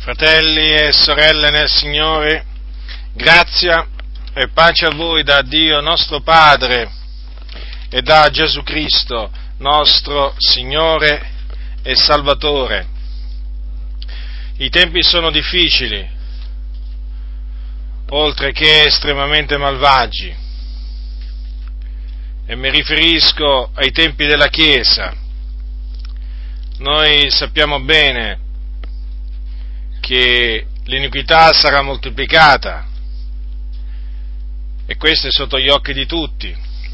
Fratelli e sorelle nel Signore, grazia e pace a voi da Dio nostro Padre e da Gesù Cristo, nostro Signore e Salvatore. I tempi sono difficili, oltre che estremamente malvagi, e mi riferisco ai tempi della Chiesa. Noi sappiamo bene che l'iniquità sarà moltiplicata, e questo è sotto gli occhi di tutti.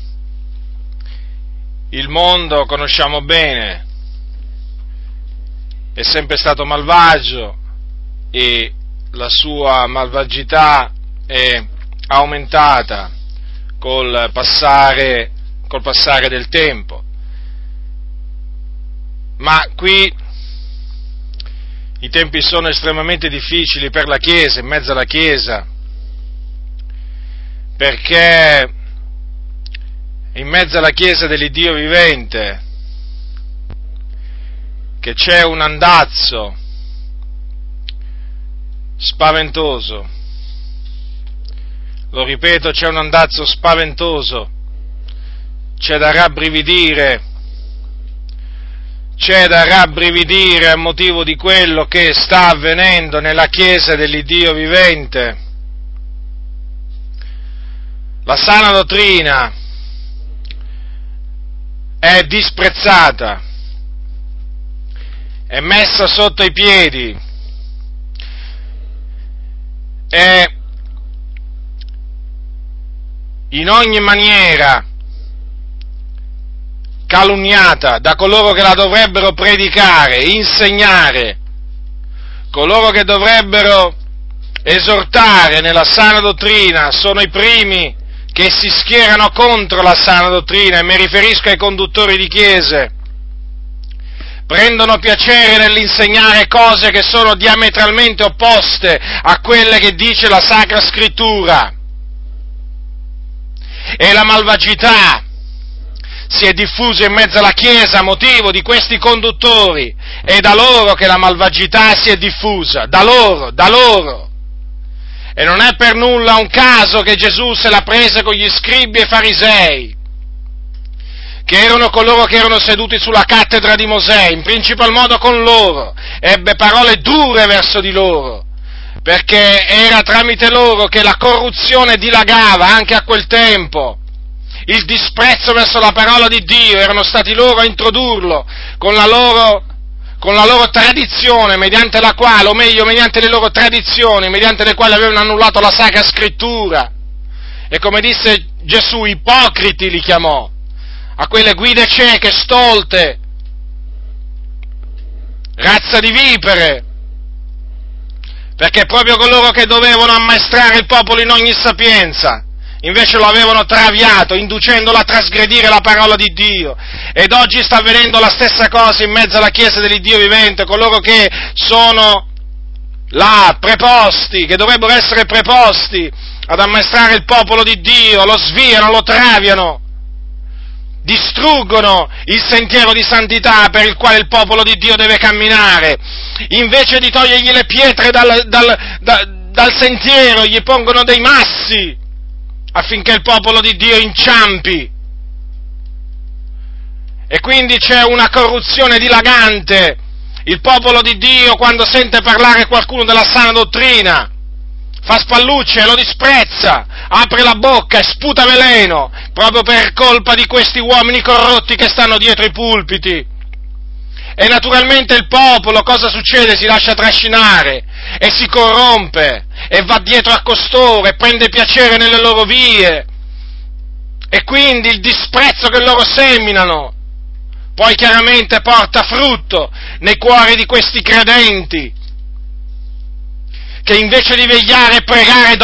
Il mondo, conosciamo bene, è sempre stato malvagio e la sua malvagità è aumentata col passare del tempo. Ma qui i tempi sono estremamente difficili per la Chiesa, in mezzo alla Chiesa, perché in mezzo alla Chiesa dell'Iddio vivente che c'è un andazzo spaventoso. Lo ripeto, c'è un andazzo spaventoso, c'è da rabbrividire a motivo di quello che sta avvenendo nella Chiesa dell'Iddio vivente. La sana dottrina è disprezzata, è messa sotto i piedi, è in ogni maniera calunniata da coloro che la dovrebbero predicare, insegnare, coloro che dovrebbero esortare nella sana dottrina sono i primi che si schierano contro la sana dottrina, e mi riferisco ai conduttori di chiese. Prendono piacere nell'insegnare cose che sono diametralmente opposte a quelle che dice la Sacra Scrittura, e la malvagità si è diffusa in mezzo alla Chiesa a motivo di questi conduttori. È da loro che la malvagità si è diffusa, da loro. E non è per nulla un caso che Gesù se la prese con gli scribi e farisei, che erano coloro che erano seduti sulla cattedra di Mosè, in principal modo con loro, ebbe parole dure verso di loro, perché era tramite loro che la corruzione dilagava anche a quel tempo. Il disprezzo verso la parola di Dio, erano stati loro a introdurlo con la loro tradizione, mediante la quale, o meglio, mediante le loro tradizioni, mediante le quali avevano annullato la Sacra Scrittura. E come disse Gesù, ipocriti li chiamò, a quelle guide cieche, stolte, razza di vipere, perché proprio coloro che dovevano ammaestrare il popolo in ogni sapienza, invece lo avevano traviato, inducendolo a trasgredire la parola di Dio. Ed oggi sta avvenendo la stessa cosa in mezzo alla Chiesa dell'Iddio vivente. Coloro che sono là, preposti, che dovrebbero essere preposti ad ammaestrare il popolo di Dio, lo sviano, lo traviano, distruggono il sentiero di santità per il quale il popolo di Dio deve camminare. Invece di togliergli le pietre dal sentiero, gli pongono dei massi, affinché il popolo di Dio inciampi. E quindi c'è una corruzione dilagante. Il popolo di Dio, quando sente parlare qualcuno della sana dottrina, fa spallucce, lo disprezza, apre la bocca e sputa veleno, proprio per colpa di questi uomini corrotti che stanno dietro i pulpiti. E naturalmente il popolo, cosa succede? Si lascia trascinare e si corrompe e va dietro a costoro e prende piacere nelle loro vie, e quindi il disprezzo che loro seminano poi chiaramente porta frutto nei cuori di questi credenti, che invece di vegliare e pregare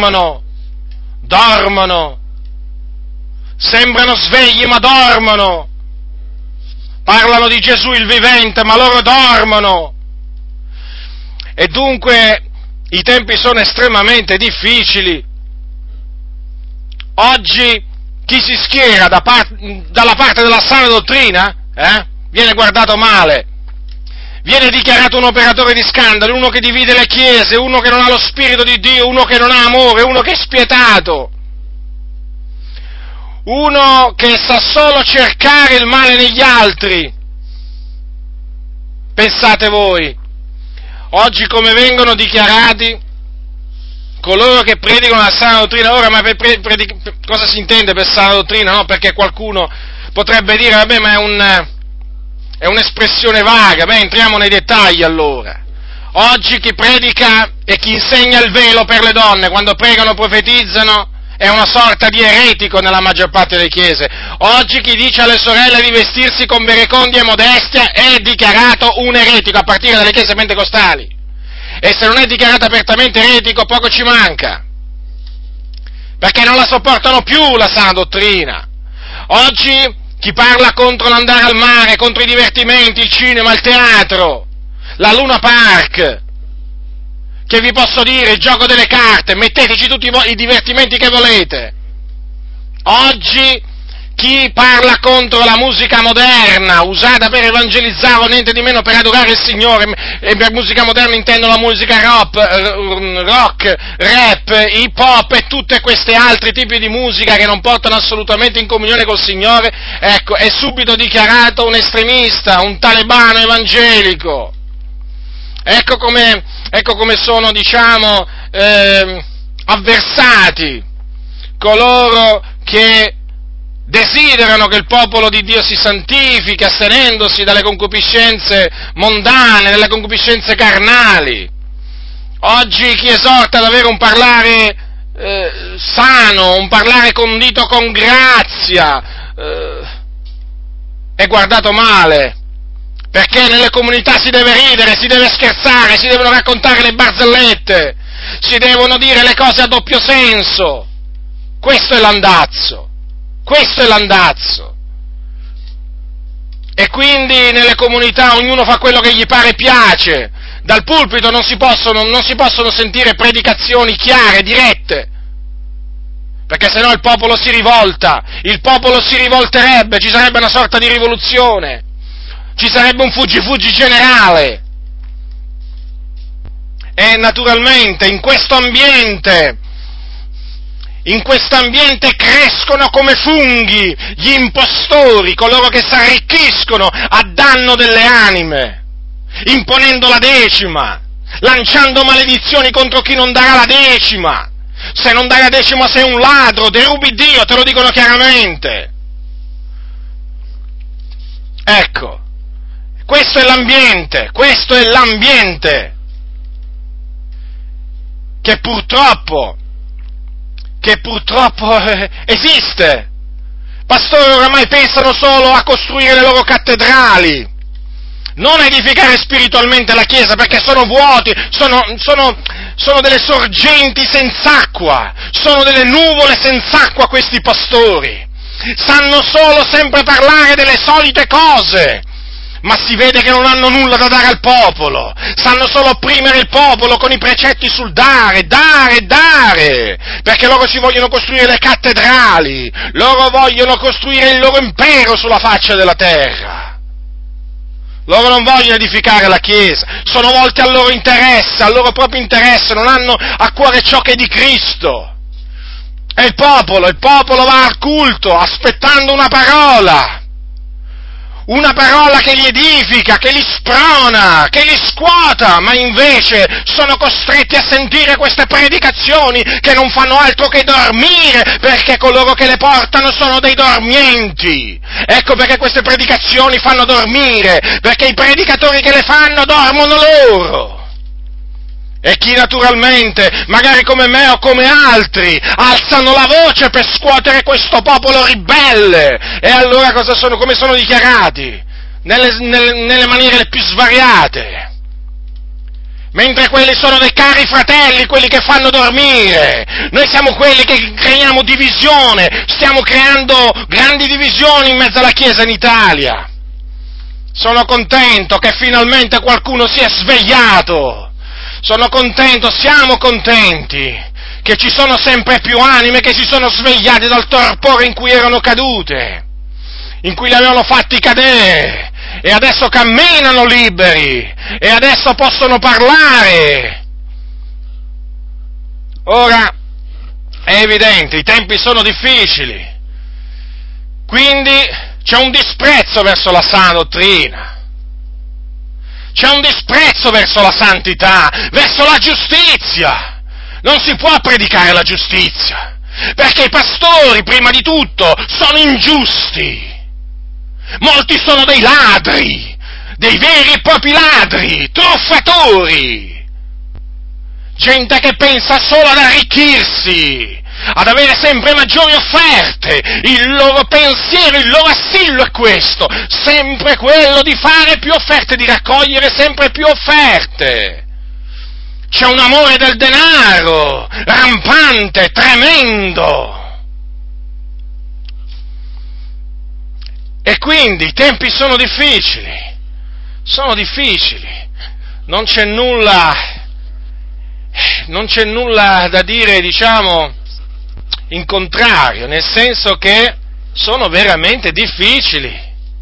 dormono, sembrano svegli ma dormono. Parlano di Gesù il vivente, ma loro dormono. E dunque i tempi sono estremamente difficili. Oggi chi si schiera dalla parte della sana dottrina viene guardato male, viene dichiarato un operatore di scandalo, uno che divide le chiese, uno che non ha lo spirito di Dio, uno che non ha amore, uno che è spietato, uno che sa solo cercare il male negli altri. Pensate voi, oggi come vengono dichiarati coloro che predicano la sana dottrina. Ora, ma cosa si intende per sana dottrina? No? Perché qualcuno potrebbe dire, vabbè, ma è un'espressione vaga, beh, entriamo nei dettagli allora. Oggi chi predica e chi insegna il velo per le donne, quando pregano, profetizzano, è una sorta di eretico nella maggior parte delle chiese. Oggi chi dice alle sorelle di vestirsi con verecondia e modestia è dichiarato un eretico, a partire dalle chiese pentecostali. E se non è dichiarato apertamente eretico, poco ci manca, perché non la sopportano più la sana dottrina. Oggi chi parla contro l'andare al mare, contro i divertimenti, il cinema, il teatro, la Luna Park, che vi posso dire, il gioco delle carte, metteteci tutti i divertimenti che volete. Oggi chi parla contro la musica moderna, usata per evangelizzare o niente di meno per adorare il Signore, e per musica moderna intendo la musica rock, rap, hip hop e tutte queste altri tipi di musica che non portano assolutamente in comunione col Signore, ecco, è subito dichiarato un estremista, un talebano evangelico. Ecco come sono, diciamo, avversati coloro che desiderano che il popolo di Dio si santifichi, astenendosi dalle concupiscenze mondane, dalle concupiscenze carnali. Oggi chi esorta ad avere un parlare sano, un parlare condito con grazia, è guardato male, perché nelle comunità si deve ridere, si deve scherzare, si devono raccontare le barzellette, si devono dire le cose a doppio senso. Questo è l'andazzo. E quindi nelle comunità ognuno fa quello che gli pare e piace. Dal pulpito non si possono sentire predicazioni chiare, dirette, perché sennò il popolo si rivolterebbe, ci sarebbe una sorta di rivoluzione, ci sarebbe un fuggi generale. E naturalmente in questo ambiente crescono come funghi gli impostori, coloro che si arricchiscono a danno delle anime, imponendo la decima, lanciando maledizioni contro chi non darà la decima. Se non dai la decima sei un ladro, derubi Dio, te lo dicono chiaramente. Ecco, questo è l'ambiente che purtroppo esiste. Pastori oramai pensano solo a costruire le loro cattedrali, non a edificare spiritualmente la Chiesa, perché sono vuoti, sono delle sorgenti senza acqua, sono delle nuvole senza acqua questi pastori, sanno solo sempre parlare delle solite cose, ma si vede che non hanno nulla da dare al popolo, sanno solo opprimere il popolo con i precetti sul dare, perché loro si vogliono costruire le cattedrali, loro vogliono costruire il loro impero sulla faccia della terra. Loro non vogliono edificare la Chiesa, sono volti al loro interesse, al loro proprio interesse, non hanno a cuore ciò che è di Cristo. E il popolo va al culto aspettando una parola che li edifica, che li sprona, che li scuota, ma invece sono costretti a sentire queste predicazioni che non fanno altro che dormire, perché coloro che le portano sono dei dormienti. Ecco perché queste predicazioni fanno dormire, perché i predicatori che le fanno dormono loro. E chi naturalmente, magari come me o come altri, alzano la voce per scuotere questo popolo ribelle. E allora come sono dichiarati? Nelle maniere le più svariate. Mentre quelli sono dei cari fratelli, quelli che fanno dormire. Noi siamo quelli che creiamo divisione, stiamo creando grandi divisioni in mezzo alla Chiesa in Italia. Sono contento che finalmente qualcuno si è svegliato. Siamo contenti che ci sono sempre più anime che si sono svegliate dal torpore in cui erano cadute, in cui li avevano fatti cadere, e adesso camminano liberi, e adesso possono parlare. Ora, è evidente, i tempi sono difficili, quindi c'è un disprezzo verso la sana dottrina, c'è un disprezzo verso la santità, verso la giustizia. Non si può predicare la giustizia, perché i pastori, prima di tutto, sono ingiusti. Molti sono dei ladri, dei veri e propri ladri, truffatori, gente che pensa solo ad arricchirsi, ad avere sempre maggiori offerte. Il loro pensiero, il loro assillo è questo, sempre quello di fare più offerte, di raccogliere sempre più offerte. C'è un amore del denaro rampante, tremendo. E quindi i tempi sono difficili, non c'è nulla da dire, diciamo, in contrario, nel senso che sono veramente difficili.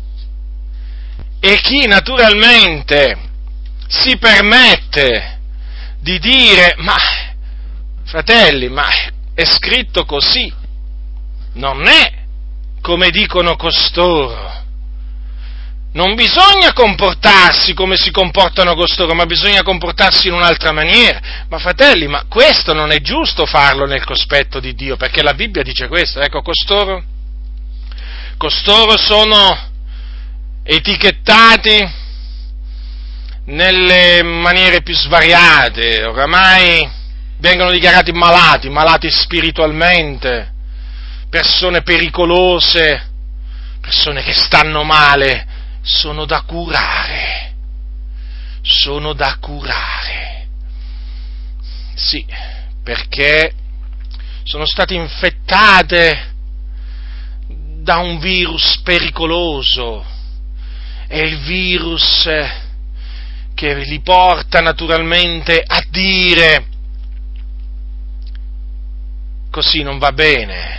E chi naturalmente si permette di dire, ma fratelli, ma è scritto così, non è come dicono costoro. Non bisogna comportarsi come si comportano costoro, ma bisogna comportarsi in un'altra maniera. Ma fratelli, ma questo non è giusto farlo nel cospetto di Dio, perché la Bibbia dice questo. Ecco, costoro sono etichettati nelle maniere più svariate, oramai vengono dichiarati malati spiritualmente, persone pericolose, persone che stanno male, sono da curare. Sì, perché sono state infettate da un virus pericoloso, è il virus che li porta naturalmente a dire: così non va bene,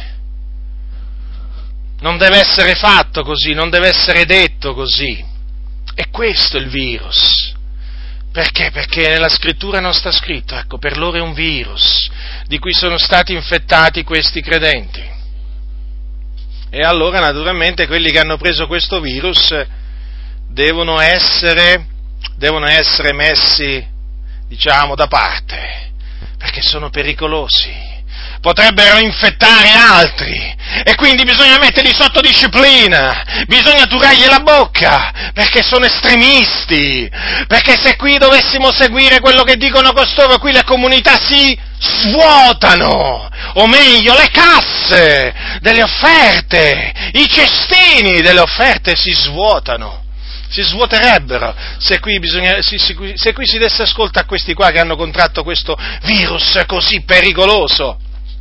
non deve essere fatto così, non deve essere detto così. E questo è il virus. Perché? Perché nella scrittura non sta scritto, ecco, per loro è un virus di cui sono stati infettati questi credenti. E allora naturalmente quelli che hanno preso questo virus devono essere messi, diciamo, da parte, perché sono pericolosi. Potrebbero infettare altri, e quindi bisogna metterli sotto disciplina, bisogna turargli la bocca, perché sono estremisti, perché se qui dovessimo seguire quello che dicono costoro, qui le comunità si svuotano, o meglio, le casse delle offerte, i cestini delle offerte si svuoterebbero se qui si desse ascolto a questi qua che hanno contratto questo virus così pericoloso.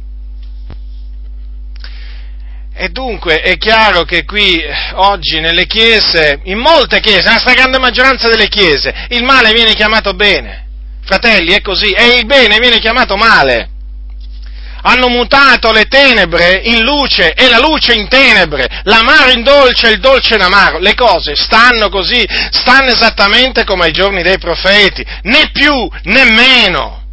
E dunque è chiaro che qui oggi nelle chiese, in molte chiese, nella stragrande maggioranza delle chiese, il male viene chiamato bene. Fratelli, è così, e il bene viene chiamato male. Hanno mutato le tenebre in luce e la luce in tenebre, l'amaro in dolce e il dolce in amaro. Le cose stanno così, stanno esattamente come ai giorni dei profeti, né più né meno.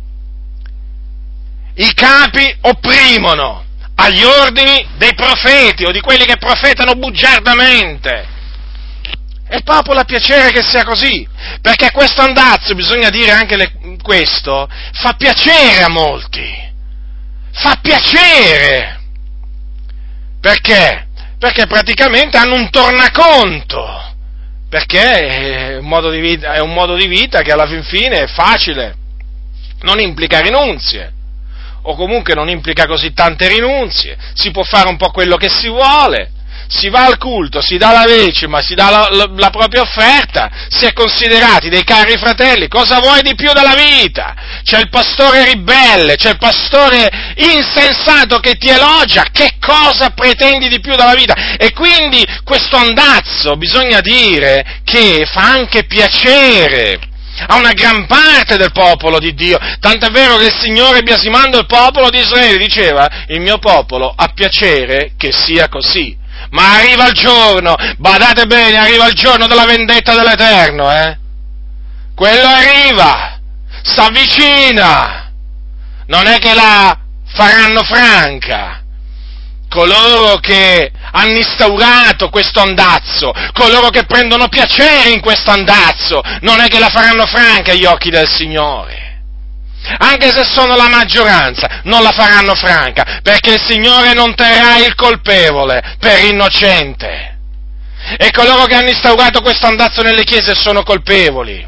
I capi opprimono agli ordini dei profeti o di quelli che profetano bugiardamente. E il popolo ha piacere che sia così, perché questo andazzo, bisogna dire anche questo, fa piacere a molti. Fa piacere. Perché? Perché praticamente hanno un tornaconto, perché è un modo di vita che alla fin fine è facile, non implica rinunzie, o comunque non implica così tante rinunzie, si può fare un po' quello che si vuole, si va al culto, si dà la decima, si dà la propria offerta, si è considerati dei cari fratelli. Cosa vuoi di più dalla vita? C'è il pastore ribelle, c'è il pastore insensato che ti elogia, che cosa pretendi di più dalla vita? E quindi questo andazzo, bisogna dire, che fa anche piacere a una gran parte del popolo di Dio, tant'è vero che il Signore, biasimando il popolo di Israele, diceva: il mio popolo ha piacere che sia così. Ma arriva il giorno, badate bene, arriva il giorno della vendetta dell'Eterno, Quello arriva, s'avvicina, non è che la faranno franca. Coloro che hanno instaurato questo andazzo, coloro che prendono piacere in questo andazzo, non è che la faranno franca agli occhi del Signore. Anche se sono la maggioranza, non la faranno franca, perché il Signore non terrà il colpevole per innocente. E coloro che hanno instaurato questo andazzo nelle chiese sono colpevoli.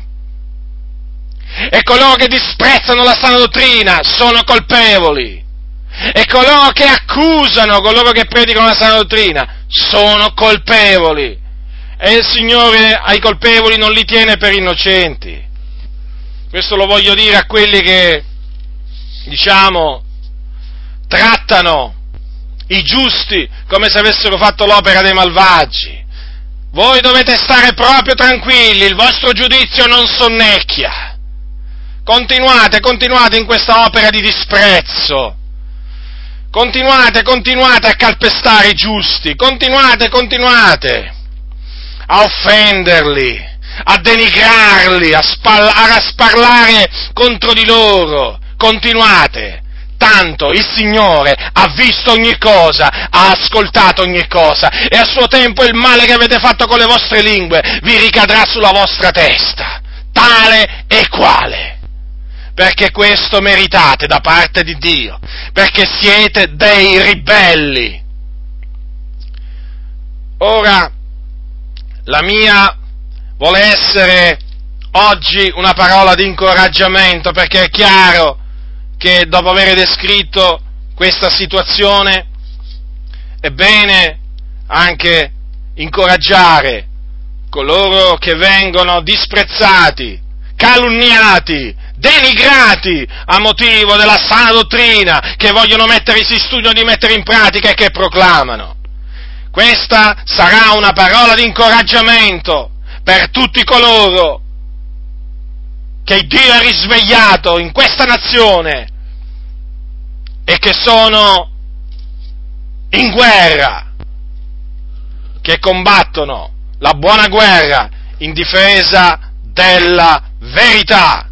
E coloro che disprezzano la sana dottrina sono colpevoli. E coloro che accusano coloro che predicano la sana dottrina sono colpevoli. E il Signore ai colpevoli non li tiene per innocenti. Questo lo voglio dire a quelli che, trattano i giusti come se avessero fatto l'opera dei malvagi. Voi dovete stare proprio tranquilli, il vostro giudizio non sonnecchia. Continuate in questa opera di disprezzo. Continuate a calpestare i giusti, continuate a offenderli, a denigrarli, a sparlare contro di loro, continuate, tanto il Signore ha visto ogni cosa, ha ascoltato ogni cosa, e a suo tempo il male che avete fatto con le vostre lingue vi ricadrà sulla vostra testa, tale e quale. Perché questo meritate da parte di Dio, perché siete dei ribelli. Ora, la mia vuole essere oggi una parola di incoraggiamento, perché è chiaro che dopo aver descritto questa situazione è bene anche incoraggiare coloro che vengono disprezzati, calunniati, denigrati a motivo della sana dottrina che vogliono si studiano di mettere in pratica e che proclamano. Questa sarà una parola di incoraggiamento per tutti coloro che Dio ha risvegliato in questa nazione e che sono in guerra, che combattono la buona guerra in difesa della verità.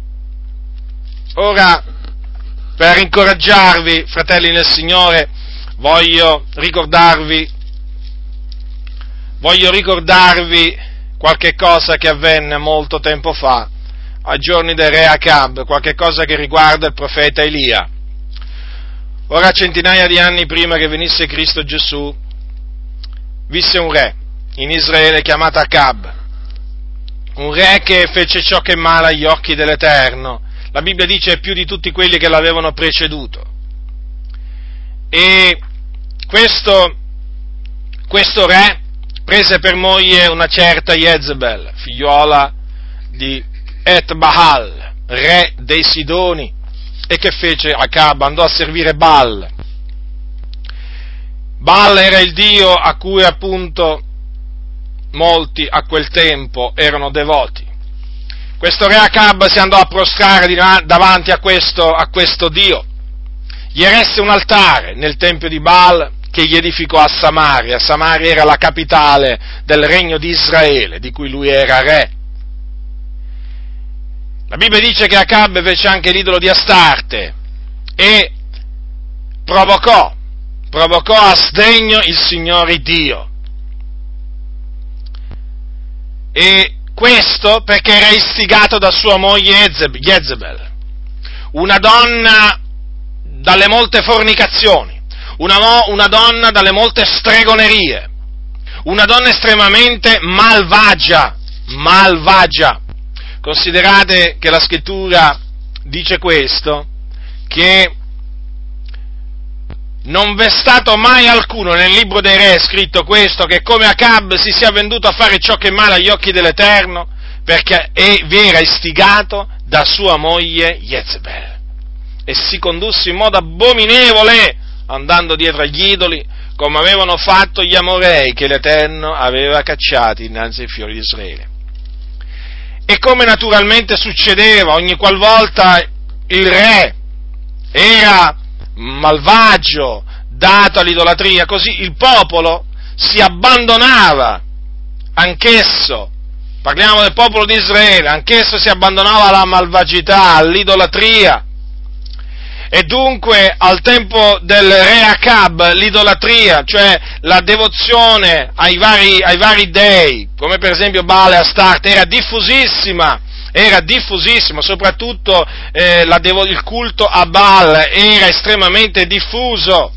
Ora, per incoraggiarvi, fratelli nel Signore, voglio ricordarvi qualche cosa che avvenne molto tempo fa, ai giorni del re Acab, qualche cosa che riguarda il profeta Elia. Ora, centinaia di anni prima che venisse Cristo Gesù, visse un re in Israele chiamato Acab, un re che fece ciò che è male agli occhi dell'Eterno. La Bibbia dice più di tutti quelli che l'avevano preceduto. E questo re prese per moglie una certa Jezebel, figliuola di Et-Baal, re dei Sidoni. E che fece Acab? Andò a servire Baal. Baal era il dio a cui appunto molti a quel tempo erano devoti. Questo re Acab si andò a prostrare davanti a questo dio, gli eresse un altare nel tempio di Baal che gli edificò a Samaria. Samaria era la capitale del regno di Israele, di cui lui era re. La Bibbia dice che Acab fece anche l'idolo di Astarte e provocò a sdegno il Signore Dio. E questo perché era istigato da sua moglie Jezebel, una donna dalle molte fornicazioni, una donna dalle molte stregonerie, una donna estremamente malvagia. Considerate che la Scrittura dice questo, che non v'è stato mai alcuno nel libro dei re scritto questo, che come Acab si sia venduto a fare ciò che è male agli occhi dell'Eterno, perché vi era istigato da sua moglie Jezebel, e si condusse in modo abominevole, andando dietro agli idoli, come avevano fatto gli Amorei, che l'Eterno aveva cacciati innanzi ai fiori di Israele. E come naturalmente succedeva ogni qualvolta il re era malvagio, dato all'idolatria, così il popolo si abbandonava anch'esso, parliamo del popolo di Israele, anch'esso si abbandonava alla malvagità, all'idolatria. E dunque al tempo del re Acab l'idolatria, cioè la devozione ai vari dei, come per esempio Baal e Astarte, era diffusissima, soprattutto il culto a Baal era estremamente diffuso.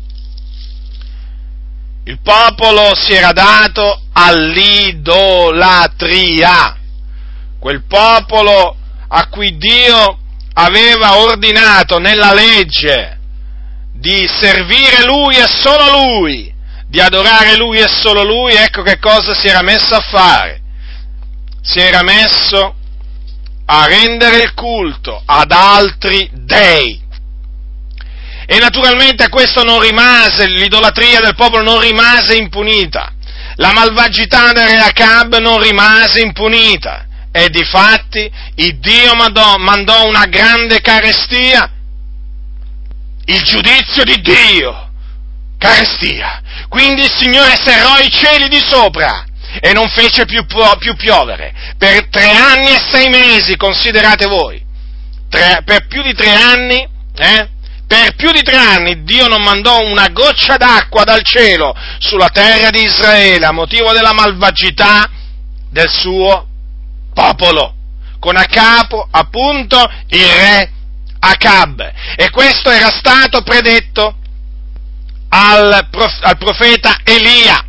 Il popolo si era dato all'idolatria, quel popolo a cui Dio aveva ordinato nella legge di servire Lui e solo Lui, di adorare Lui e solo Lui, ecco che cosa si era messo a fare. Si era messo a rendere il culto ad altri dei. E naturalmente questo non rimase, l'idolatria del popolo non rimase impunita, la malvagità del re Acab non rimase impunita. E difatti il Dio mandò una grande carestia, il giudizio di Dio, carestia. Quindi il Signore serrò i cieli di sopra e non fece più piovere. Per 3 anni e 6 mesi, considerate voi, per più di 3 anni, per più di 3 anni Dio non mandò una goccia d'acqua dal cielo sulla terra di Israele a motivo della malvagità del suo popolo, con a capo appunto il re Acab. E questo era stato predetto al profeta Elia.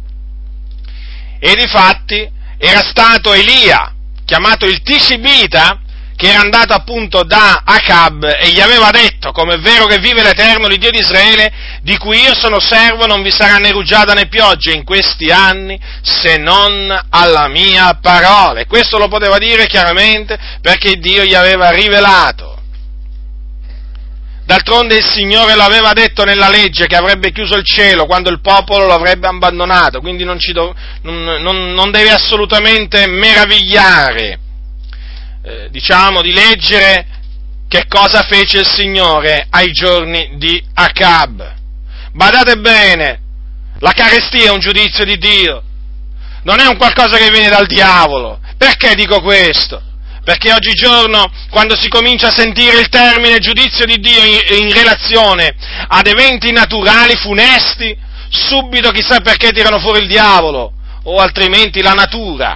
E difatti era stato Elia, chiamato il Tisibita, che era andato appunto da Acab e gli aveva detto: come è vero che vive l'Eterno, l'Iddio di Israele, di cui io sono servo, non vi sarà né rugiada né pioggia in questi anni, se non alla mia parola. E questo lo poteva dire chiaramente perché Dio gli aveva rivelato. D'altronde il Signore lo aveva detto nella legge che avrebbe chiuso il cielo quando il popolo lo avrebbe abbandonato, quindi non deve assolutamente meravigliare, di leggere che cosa fece il Signore ai giorni di Acab. Badate bene, la carestia è un giudizio di Dio, non è un qualcosa che viene dal diavolo. Perché dico questo? Perché oggigiorno, quando si comincia a sentire il termine giudizio di Dio in relazione ad eventi naturali funesti, subito chissà perché tirano fuori il diavolo, o altrimenti la natura.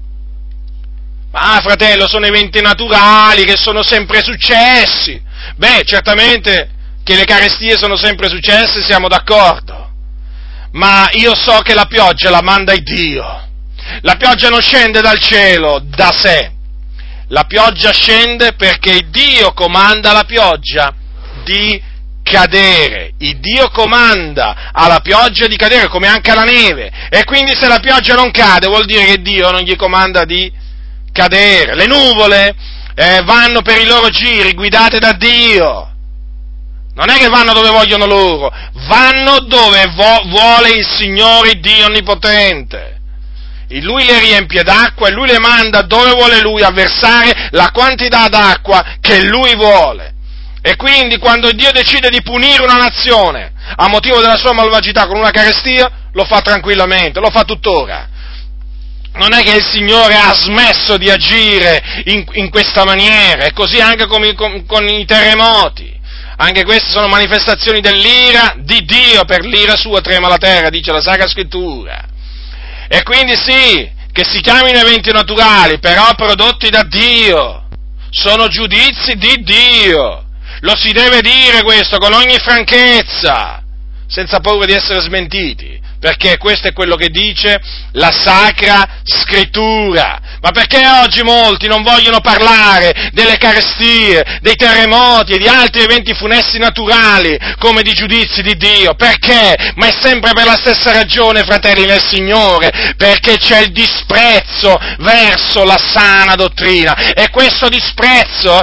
Ma fratello, sono eventi naturali che sono sempre successi. Beh, certamente che le carestie sono sempre successe, siamo d'accordo. Ma io so che la pioggia la manda il Dio. La pioggia non scende dal cielo da sé. La pioggia scende perché Dio comanda la pioggia di cadere. Il Dio comanda alla pioggia di cadere, come anche alla neve. E quindi se la pioggia non cade, vuol dire che Dio non gli comanda di cadere. Le nuvole vanno per i loro giri, guidate da Dio. Non è che vanno dove vogliono loro, vanno dove vuole il Signore Dio Onnipotente. Lui le riempie d'acqua e Lui le manda dove vuole Lui a versare la quantità d'acqua che Lui vuole. E quindi quando Dio decide di punire una nazione a motivo della sua malvagità con una carestia, lo fa tranquillamente, lo fa tuttora. Non è che il Signore ha smesso di agire in questa maniera, e così anche con i terremoti. Anche queste sono manifestazioni dell'ira di Dio, per l'ira sua trema la terra, dice la Sacra Scrittura. E quindi sì, che si chiamino eventi naturali, però prodotti da Dio, sono giudizi di Dio, lo si deve dire questo con ogni franchezza, senza paura di essere smentiti, perché questo è quello che dice la Sacra Scrittura. Ma perché oggi molti non vogliono parlare delle carestie, dei terremoti e di altri eventi funesti naturali come di giudizi di Dio? Perché? Ma è sempre per la stessa ragione, fratelli nel Signore, perché c'è il disprezzo verso la sana dottrina, e questo disprezzo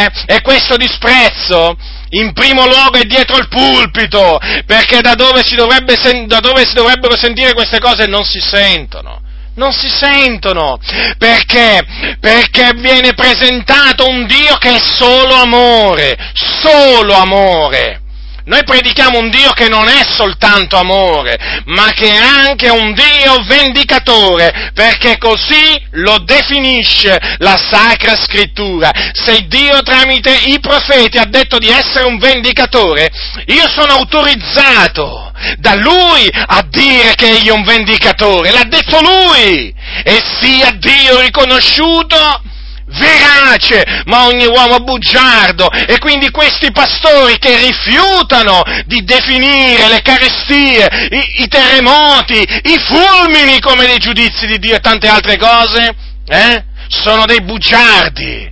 in primo luogo è dietro il pulpito, perché da dove si dovrebbero sentire queste cose non si sentono, perché viene presentato un Dio che è solo amore, Noi predichiamo un Dio che non è soltanto amore, ma che è anche un Dio vendicatore, perché così lo definisce la Sacra Scrittura. Se Dio tramite i profeti ha detto di essere un vendicatore, io sono autorizzato da Lui a dire che egli è un vendicatore, l'ha detto Lui, e sia Dio riconosciuto verace, ma ogni uomo bugiardo. E quindi questi pastori che rifiutano di definire le carestie, i terremoti, i fulmini come dei giudizi di Dio e tante altre cose, sono dei bugiardi,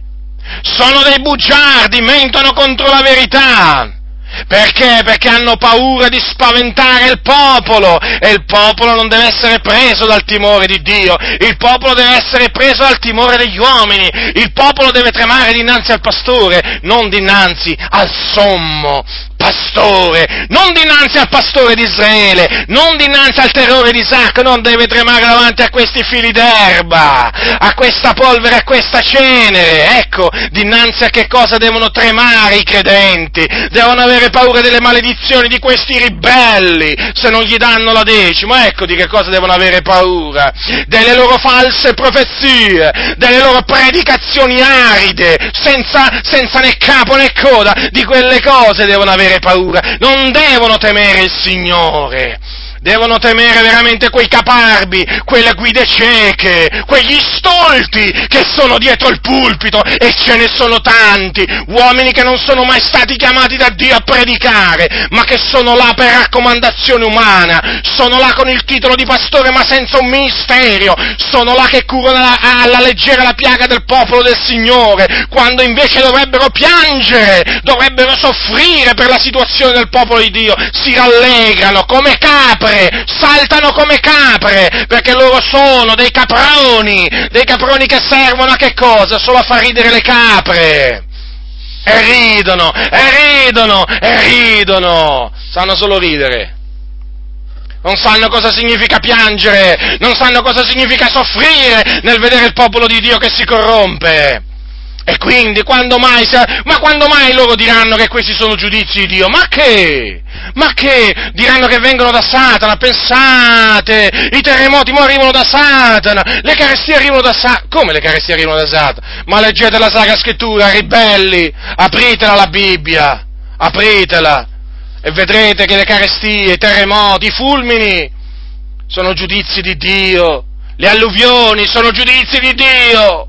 mentono contro la verità. Perché? Perché hanno paura di spaventare il popolo, e il popolo non deve essere preso dal timore di Dio, il popolo deve essere preso dal timore degli uomini, il popolo deve tremare dinanzi al pastore, non dinanzi al sommo pastore, non dinanzi al pastore di Israele, non dinanzi al terrore di Isacco, non deve tremare davanti a questi fili d'erba, a questa polvere, a questa cenere. Ecco, dinanzi a che cosa devono tremare i credenti? Devono avere paura delle maledizioni di questi ribelli, se non gli danno la decima. Ecco di che cosa devono avere paura: delle loro false profezie, delle loro predicazioni aride, senza né capo né coda. Di quelle cose devono avere paura, non devono temere il Signore, devono temere veramente quei caparbi, quelle guide cieche, quegli stolti che sono dietro il pulpito, e ce ne sono tanti, uomini che non sono mai stati chiamati da Dio a predicare, ma che sono là per raccomandazione umana, sono là con il titolo di pastore ma senza un ministero, sono là che curano alla leggera la piaga del popolo del Signore, quando invece dovrebbero piangere, dovrebbero soffrire per la situazione del popolo di Dio. Si rallegrano come capre, saltano come capre, perché loro sono dei caproni che servono a che cosa? Solo a far ridere le capre. E ridono, sanno solo ridere. Non sanno cosa significa piangere, non sanno cosa significa soffrire nel vedere il popolo di Dio che si corrompe. E quindi quando mai loro diranno che questi sono giudizi di Dio? Ma che? Diranno che vengono da Satana, pensate, i terremoti mo arrivano da Satana, le carestie arrivano da Satana. Come le carestie arrivano da Satana? Ma leggete la Sacra Scrittura, ribelli, apritela la Bibbia, apritela, e vedrete che le carestie, i terremoti, i fulmini sono giudizi di Dio, le alluvioni sono giudizi di Dio.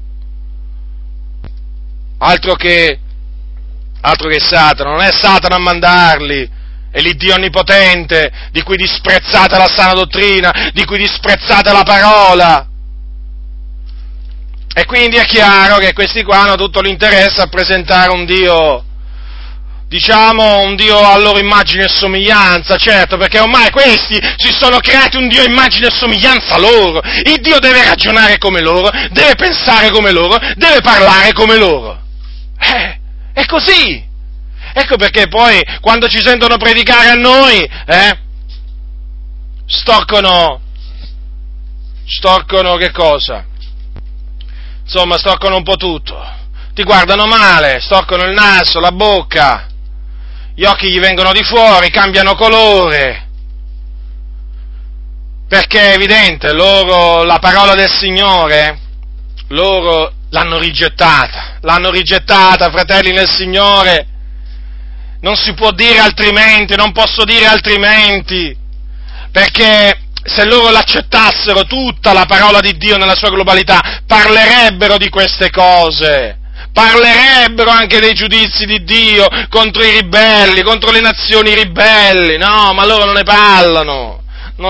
Altro che Satana, non è Satana a mandarli, è l'Iddio onnipotente, di cui disprezzate la sana dottrina, di cui disprezzate la parola. E quindi è chiaro che questi qua hanno tutto l'interesse a presentare un Dio, un Dio a loro immagine e somiglianza, certo, perché ormai questi si sono creati un Dio a immagine e somiglianza loro. Il Dio deve ragionare come loro, deve pensare come loro, deve parlare come loro. È così. Ecco perché poi, quando ci sentono predicare a noi, storcono che cosa? Insomma, storcono un po' tutto. Ti guardano male, storcono il naso, la bocca, gli occhi gli vengono di fuori, cambiano colore. Perché è evidente, loro, la parola del Signore, loro l'hanno rigettata, fratelli nel Signore, non si può dire altrimenti, non posso dire altrimenti, perché se loro l'accettassero tutta la parola di Dio nella sua globalità, parlerebbero di queste cose, parlerebbero anche dei giudizi di Dio contro i ribelli, contro le nazioni ribelli, no, ma loro non ne parlano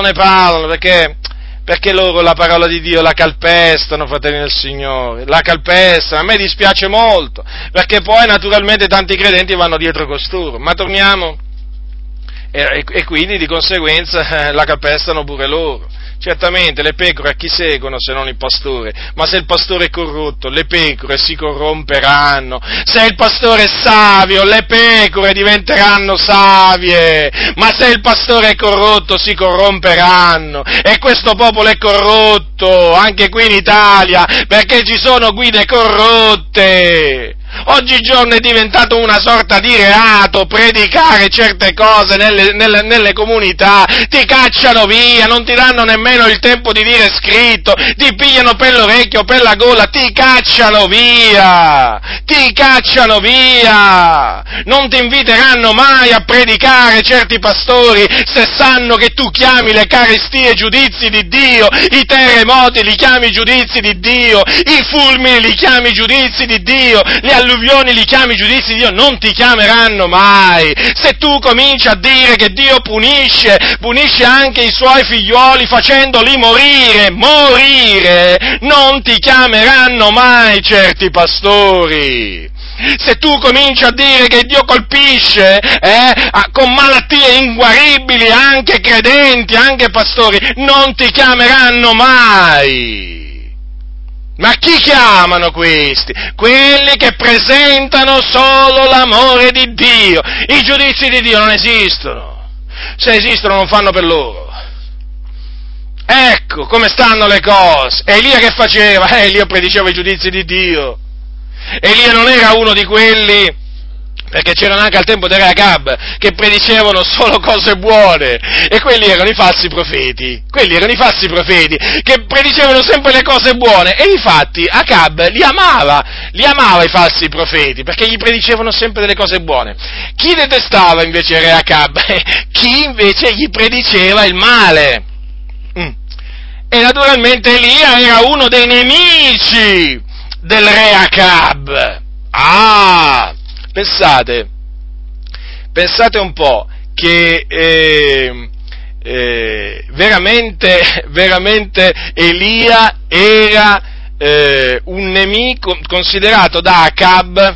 perché loro la parola di Dio la calpestano, fratelli del Signore, la calpestano. A me dispiace molto, perché poi naturalmente tanti credenti vanno dietro costoro, ma torniamo, e quindi di conseguenza la calpestano pure loro. Certamente le pecore a chi seguono se non il pastore? Ma se il pastore è corrotto, le pecore si corromperanno. Se il pastore è savio, le pecore diventeranno savie. Ma se il pastore è corrotto, si corromperanno. E questo popolo è corrotto, anche qui in Italia, perché ci sono guide corrotte. Oggigiorno è diventato una sorta di reato predicare certe cose nelle comunità, ti cacciano via, non ti danno nemmeno il tempo di dire scritto, ti pigliano per l'orecchio o per la gola, ti cacciano via, non ti inviteranno mai a predicare certi pastori se sanno che tu chiami le carestie giudizi di Dio, i terremoti li chiami giudizi di Dio, i fulmini li chiami giudizi di Dio, le alluvioni li chiami giudizi di Dio, non ti chiameranno mai. Se tu cominci a dire che Dio punisce anche i suoi figlioli facendoli morire, non ti chiameranno mai certi pastori. Se tu cominci a dire che Dio colpisce con malattie inguaribili anche credenti, anche pastori, non ti chiameranno mai. Ma chi chiamano questi? Quelli che presentano solo l'amore di Dio. I giudizi di Dio non esistono. Se esistono non fanno per loro. Ecco come stanno le cose. Elia che faceva? Elia prediceva i giudizi di Dio. Elia non era uno di quelli, perché c'erano anche al tempo di Acab, che predicevano solo cose buone, e quelli erano i falsi profeti, che predicevano sempre le cose buone, e infatti Acab li amava i falsi profeti, perché gli predicevano sempre delle cose buone. Chi detestava invece re Acab? Chi invece gli prediceva il male. E naturalmente Elia era uno dei nemici del re Acab. Pensate un po' che veramente Elia era un nemico, considerato da Acab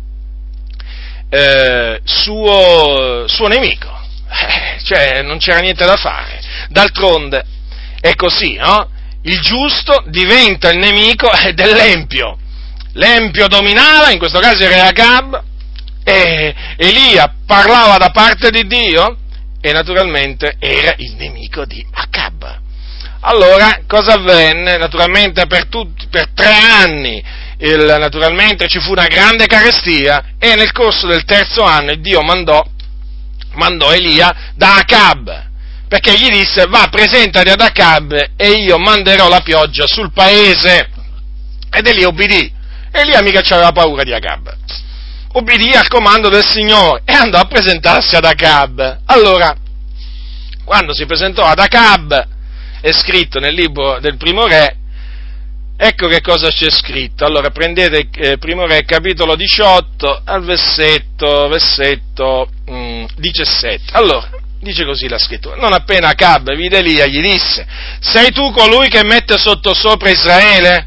suo nemico, cioè non c'era niente da fare. D'altronde è così, no? Il giusto diventa il nemico dell'empio. L'empio dominava, in questo caso era Acab, e Elia parlava da parte di Dio e naturalmente era il nemico di Acab. Allora, cosa avvenne? Naturalmente per 3 anni naturalmente ci fu una grande carestia, e nel corso del 3° anno Dio mandò Elia da Acab, perché gli disse: va, presentati ad Acab e io manderò la pioggia sul paese. Ed Elia obbedì. Elia mica c'aveva paura di Acab. Obbedì al comando del Signore e andò a presentarsi ad Acab. Allora, quando si presentò ad Acab, è scritto nel libro del Primo Re, ecco che cosa c'è scritto. Allora, prendete Primo Re, capitolo 18, al versetto 17. Allora, dice così la scrittura: non appena Acab vide Elia, gli disse: sei tu colui che mette sottosopra Israele?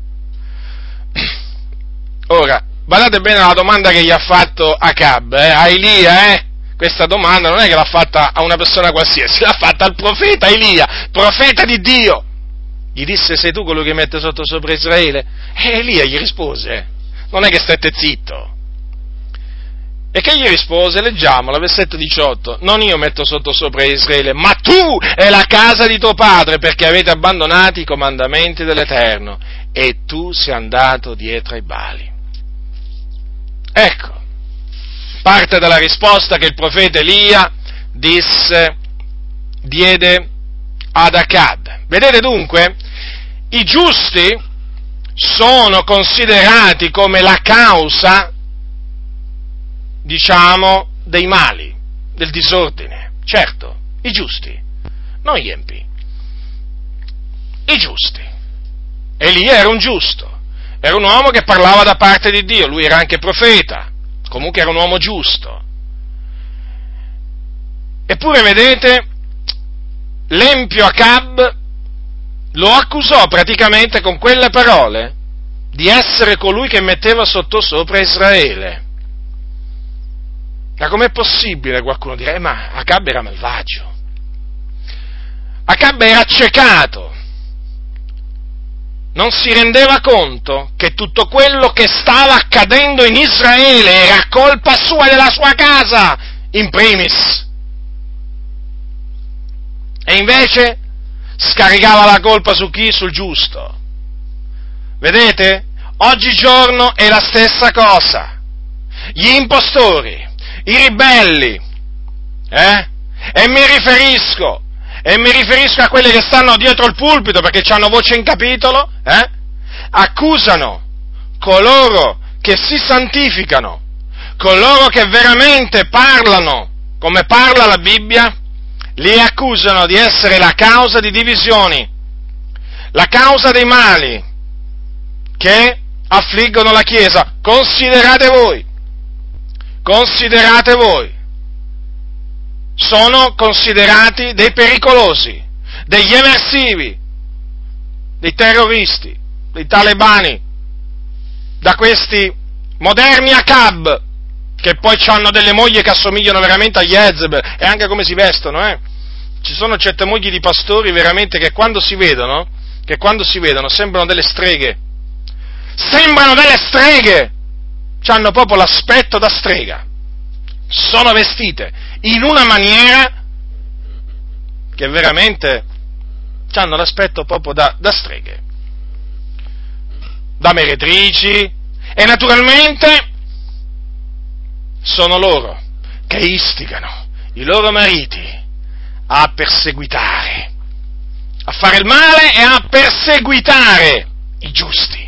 Ora, guardate bene la domanda che gli ha fatto Acab, a Elia, Questa domanda non è che l'ha fatta a una persona qualsiasi, l'ha fatta al profeta Elia, profeta di Dio. Gli disse: sei tu colui che mette sottosopra Israele? E Elia gli rispose, non è che stette zitto. E che gli rispose? Leggiamola, versetto 18: non io metto sottosopra Israele, ma tu e la casa di tuo padre, perché avete abbandonato i comandamenti dell'Eterno, e tu sei andato dietro ai Bali. Ecco, parte dalla risposta che il profeta Elia diede ad Acab. Vedete dunque, i giusti sono considerati come la causa, diciamo, dei mali, del disordine. Certo, i giusti, non gli empi. I giusti. Elia era un giusto. Era un uomo che parlava da parte di Dio, lui era anche profeta, comunque era un uomo giusto. Eppure, vedete, l'empio Acab lo accusò praticamente con quelle parole di essere colui che metteva sottosopra Israele. Ma com'è possibile? Qualcuno dirà: ma Acab era malvagio, Acab era accecato. Non si rendeva conto che tutto quello che stava accadendo in Israele era colpa sua e della sua casa, in primis. E invece scaricava la colpa su chi? Sul giusto. Vedete? oggigiorno è la stessa cosa. Gli impostori, i ribelli, e mi riferisco a quelli che stanno dietro il pulpito perché hanno voce in capitolo, accusano coloro che si santificano, coloro che veramente parlano come parla la Bibbia, li accusano di essere la causa di divisioni, la causa dei mali che affliggono la Chiesa. Considerate voi, sono considerati dei pericolosi, degli eversivi, dei terroristi, dei talebani, da questi moderni Acab, che poi hanno delle mogli che assomigliano veramente agli Jezebel, e anche come si vestono, Ci sono certe mogli di pastori veramente che quando si vedono sembrano delle streghe, hanno proprio l'aspetto da strega, sono vestite in una maniera che veramente hanno l'aspetto proprio da streghe, da meretrici, e naturalmente sono loro che istigano i loro mariti a perseguitare, a fare il male e a perseguitare i giusti.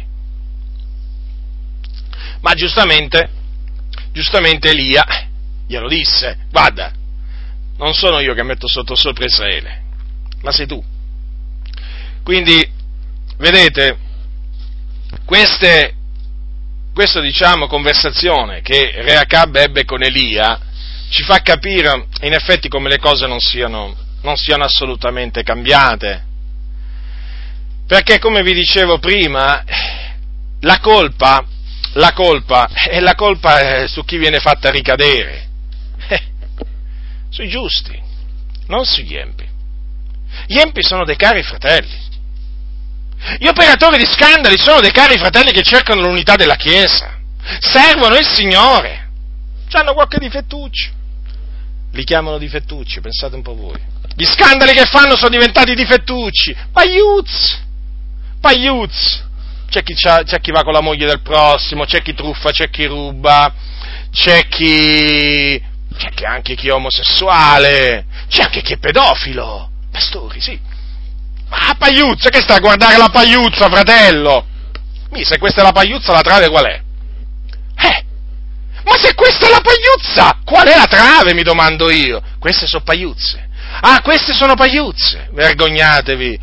Ma giustamente Elia glielo disse: guarda, non sono io che metto sotto sopra Israele, ma sei tu. Quindi, vedete, questa conversazione che Re Acab ebbe con Elia ci fa capire in effetti come le cose non siano assolutamente cambiate. Perché, come vi dicevo prima, la colpa è su chi viene fatta ricadere, sui giusti, non sugli empi. Gli empi sono dei cari fratelli. Gli operatori di scandali sono dei cari fratelli che cercano l'unità della Chiesa, servono il Signore, hanno qualche difettuccio, li chiamano difettucci, pensate un po' voi. Gli scandali che fanno sono diventati difettucci, pagliuzzi. C'è chi va con la moglie del prossimo, c'è chi truffa, c'è chi ruba, c'è anche chi è omosessuale, c'è anche chi è pedofilo, pastori, sì. Ma pagliuzza, che sta a guardare la pagliuzza, fratello? Se questa è la pagliuzza, la trave qual è? Ma se questa è la pagliuzza, qual è la trave, mi domando io? Queste sono pagliuzze. Queste sono pagliuzze. Vergognatevi!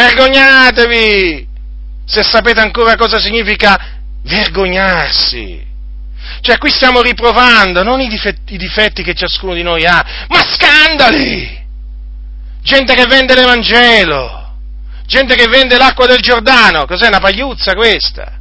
Se sapete ancora cosa significa vergognarsi. Cioè, qui stiamo riprovando non i difetti che ciascuno di noi ha, ma scandali! Gente che vende l'Evangelo, gente che vende l'acqua del Giordano. Cos'è, una pagliuzza questa?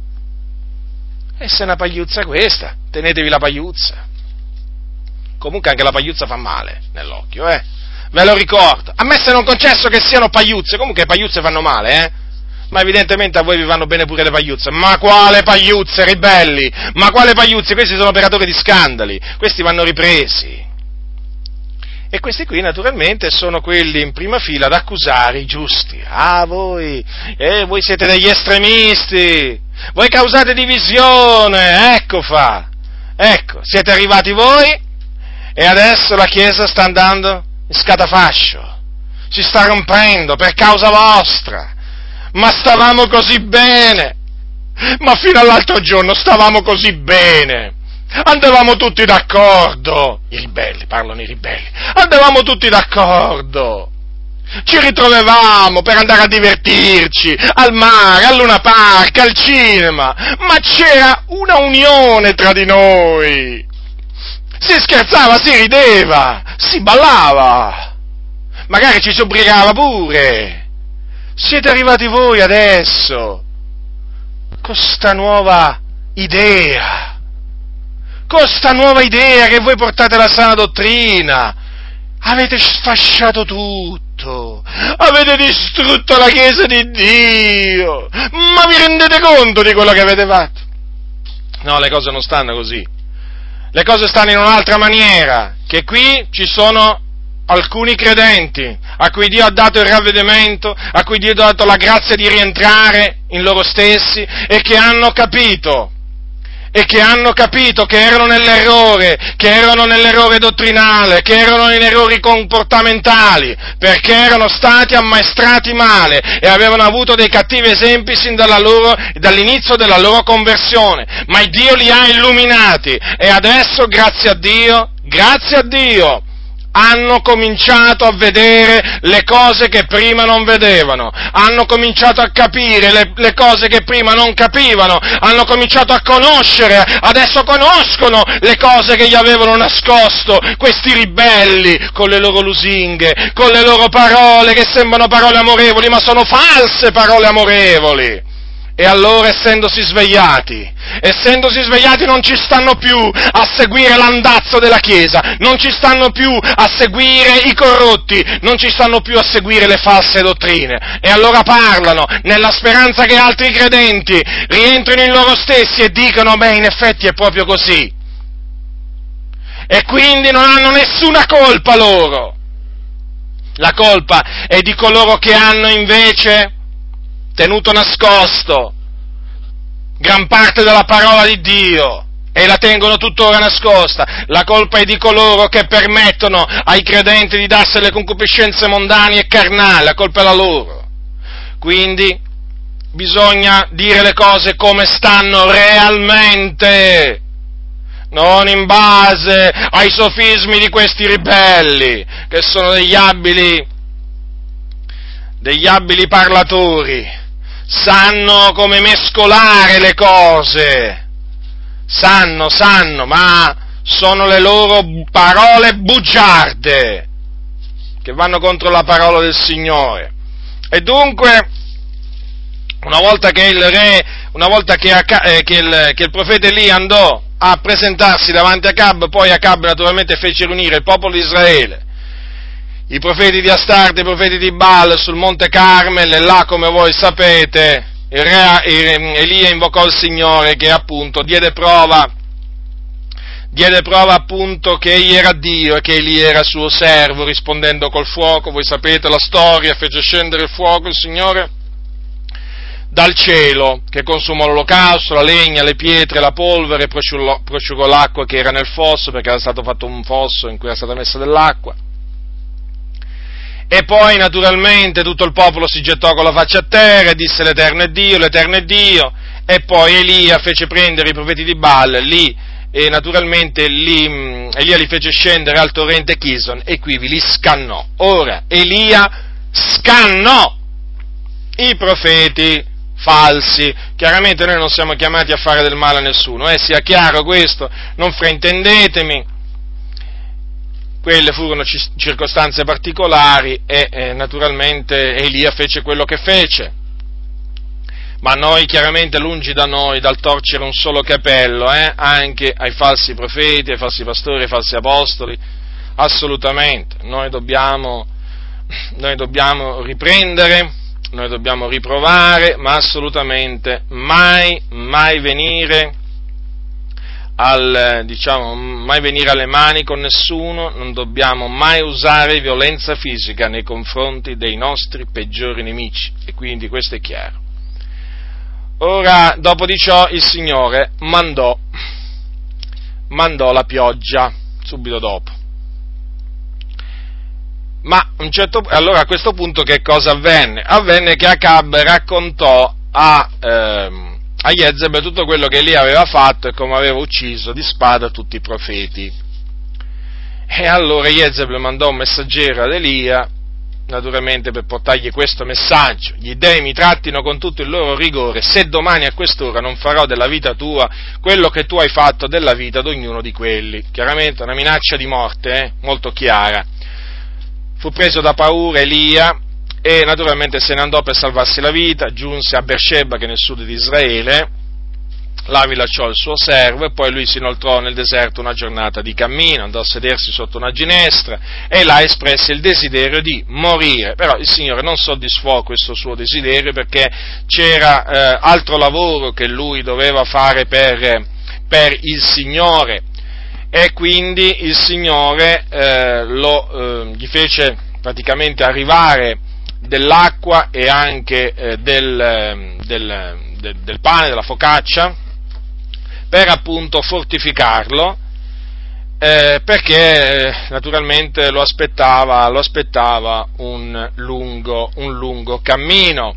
E se è una pagliuzza questa, tenetevi la pagliuzza. Comunque anche la pagliuzza fa male nell'occhio, ve lo ricordo. A me se non concesso che siano pagliuzze, comunque le pagliuzze fanno male, ma evidentemente a voi vi vanno bene pure le pagliuzze. Ma quale pagliuzze, ribelli? Ma quale pagliuzze? Questi sono operatori di scandali, questi vanno ripresi. E questi qui naturalmente sono quelli in prima fila ad accusare i giusti. Voi siete degli estremisti, voi causate divisione, ecco, siete arrivati voi e adesso la Chiesa sta andando in scatafascio, si sta rompendo per causa vostra. Ma stavamo così bene, ma fino all'altro giorno stavamo così bene, andavamo tutti d'accordo, i ribelli, andavamo tutti d'accordo, ci ritrovavamo per andare a divertirci, al mare, al Luna Park, al cinema, ma c'era una unione tra di noi, si scherzava, si rideva, si ballava, magari ci si ubriacava pure. Siete arrivati voi adesso con sta nuova idea che voi portate la sana dottrina, avete sfasciato tutto, avete distrutto la Chiesa di Dio, ma vi rendete conto di quello che avete fatto? No, le cose non stanno così, le cose stanno in un'altra maniera, che qui ci sono alcuni credenti, a cui Dio ha dato il ravvedimento, a cui Dio ha dato la grazia di rientrare in loro stessi e che hanno capito che erano nell'errore dottrinale, che erano in errori comportamentali, perché erano stati ammaestrati male e avevano avuto dei cattivi esempi sin dall'inizio della loro conversione, ma Dio li ha illuminati e adesso, grazie a Dio, hanno cominciato a vedere le cose che prima non vedevano, hanno cominciato a capire le cose che prima non capivano, hanno cominciato a conoscere, adesso conoscono le cose che gli avevano nascosto, questi ribelli, con le loro lusinghe, con le loro parole che sembrano parole amorevoli, ma sono false parole amorevoli. E allora, essendosi svegliati, non ci stanno più a seguire l'andazzo della Chiesa, non ci stanno più a seguire i corrotti, non ci stanno più a seguire le false dottrine. E allora parlano, nella speranza che altri credenti rientrino in loro stessi e dicano, beh, in effetti è proprio così. E quindi non hanno nessuna colpa loro. La colpa è di coloro che hanno invece tenuto nascosto gran parte della parola di Dio e la tengono tuttora nascosta. La colpa è di coloro che permettono ai credenti di darsi alle concupiscenze mondane e carnali, la colpa è la loro. Quindi bisogna dire le cose come stanno realmente, non in base ai sofismi di questi ribelli, che sono degli abili parlatori. Sanno come mescolare le cose, sanno, ma sono le loro parole bugiarde, che vanno contro la parola del Signore. E dunque, una volta che il profeta Elia andò a presentarsi davanti a Acab, poi Acab naturalmente fece riunire il popolo di Israele, i profeti di Astarte, i profeti di Baal sul monte Carmel, e là, come voi sapete, il re Elia invocò il Signore, che appunto diede prova appunto che egli era Dio e che egli era suo servo, rispondendo col fuoco. Voi sapete la storia, fece scendere il fuoco il Signore dal cielo, che consumò l'olocausto, la legna, le pietre, la polvere, prosciugò l'acqua che era nel fosso, perché era stato fatto un fosso in cui era stata messa dell'acqua. E poi, naturalmente, tutto il popolo si gettò con la faccia a terra e disse l'Eterno è Dio, e poi Elia fece prendere i profeti di Baal e naturalmente Elia li fece scendere al torrente Kison e quivi li scannò. Ora, Elia scannò i profeti falsi. Chiaramente noi non siamo chiamati a fare del male a nessuno, sia chiaro questo, non fraintendetemi. Quelle furono circostanze particolari e naturalmente Elia fece quello che fece. Ma noi, chiaramente, lungi da noi dal torcere un solo capello, anche ai falsi profeti, ai falsi pastori, ai falsi apostoli, assolutamente. Noi dobbiamo riprendere, noi dobbiamo riprovare, ma assolutamente mai venire mai venire alle mani con nessuno, non dobbiamo mai usare violenza fisica nei confronti dei nostri peggiori nemici, e quindi questo è chiaro. Ora, dopo di ciò, il Signore mandò la pioggia, subito dopo. Ma allora a questo punto che cosa avvenne? Avvenne che Acab raccontò a Jezebel tutto quello che Elia aveva fatto e come aveva ucciso di spada tutti i profeti. E allora Jezebel mandò un messaggero ad Elia, naturalmente per portargli questo messaggio: gli dei mi trattino con tutto il loro rigore, se domani a quest'ora non farò della vita tua quello che tu hai fatto della vita di ognuno di quelli. Chiaramente una minaccia di morte, molto chiara. Fu preso da paura Elia e naturalmente se ne andò per salvarsi la vita, giunse a Beersheba, che è nel sud di Israele, là vi lasciò il suo servo e poi lui si inoltrò nel deserto una giornata di cammino, andò a sedersi sotto una ginestra e là espresse il desiderio di morire. Però il Signore non soddisfò questo suo desiderio, perché c'era altro lavoro che lui doveva fare per il Signore, e quindi il Signore gli fece praticamente arrivare dell'acqua e anche del pane, della focaccia, per appunto fortificarlo, perché naturalmente lo aspettava un lungo cammino,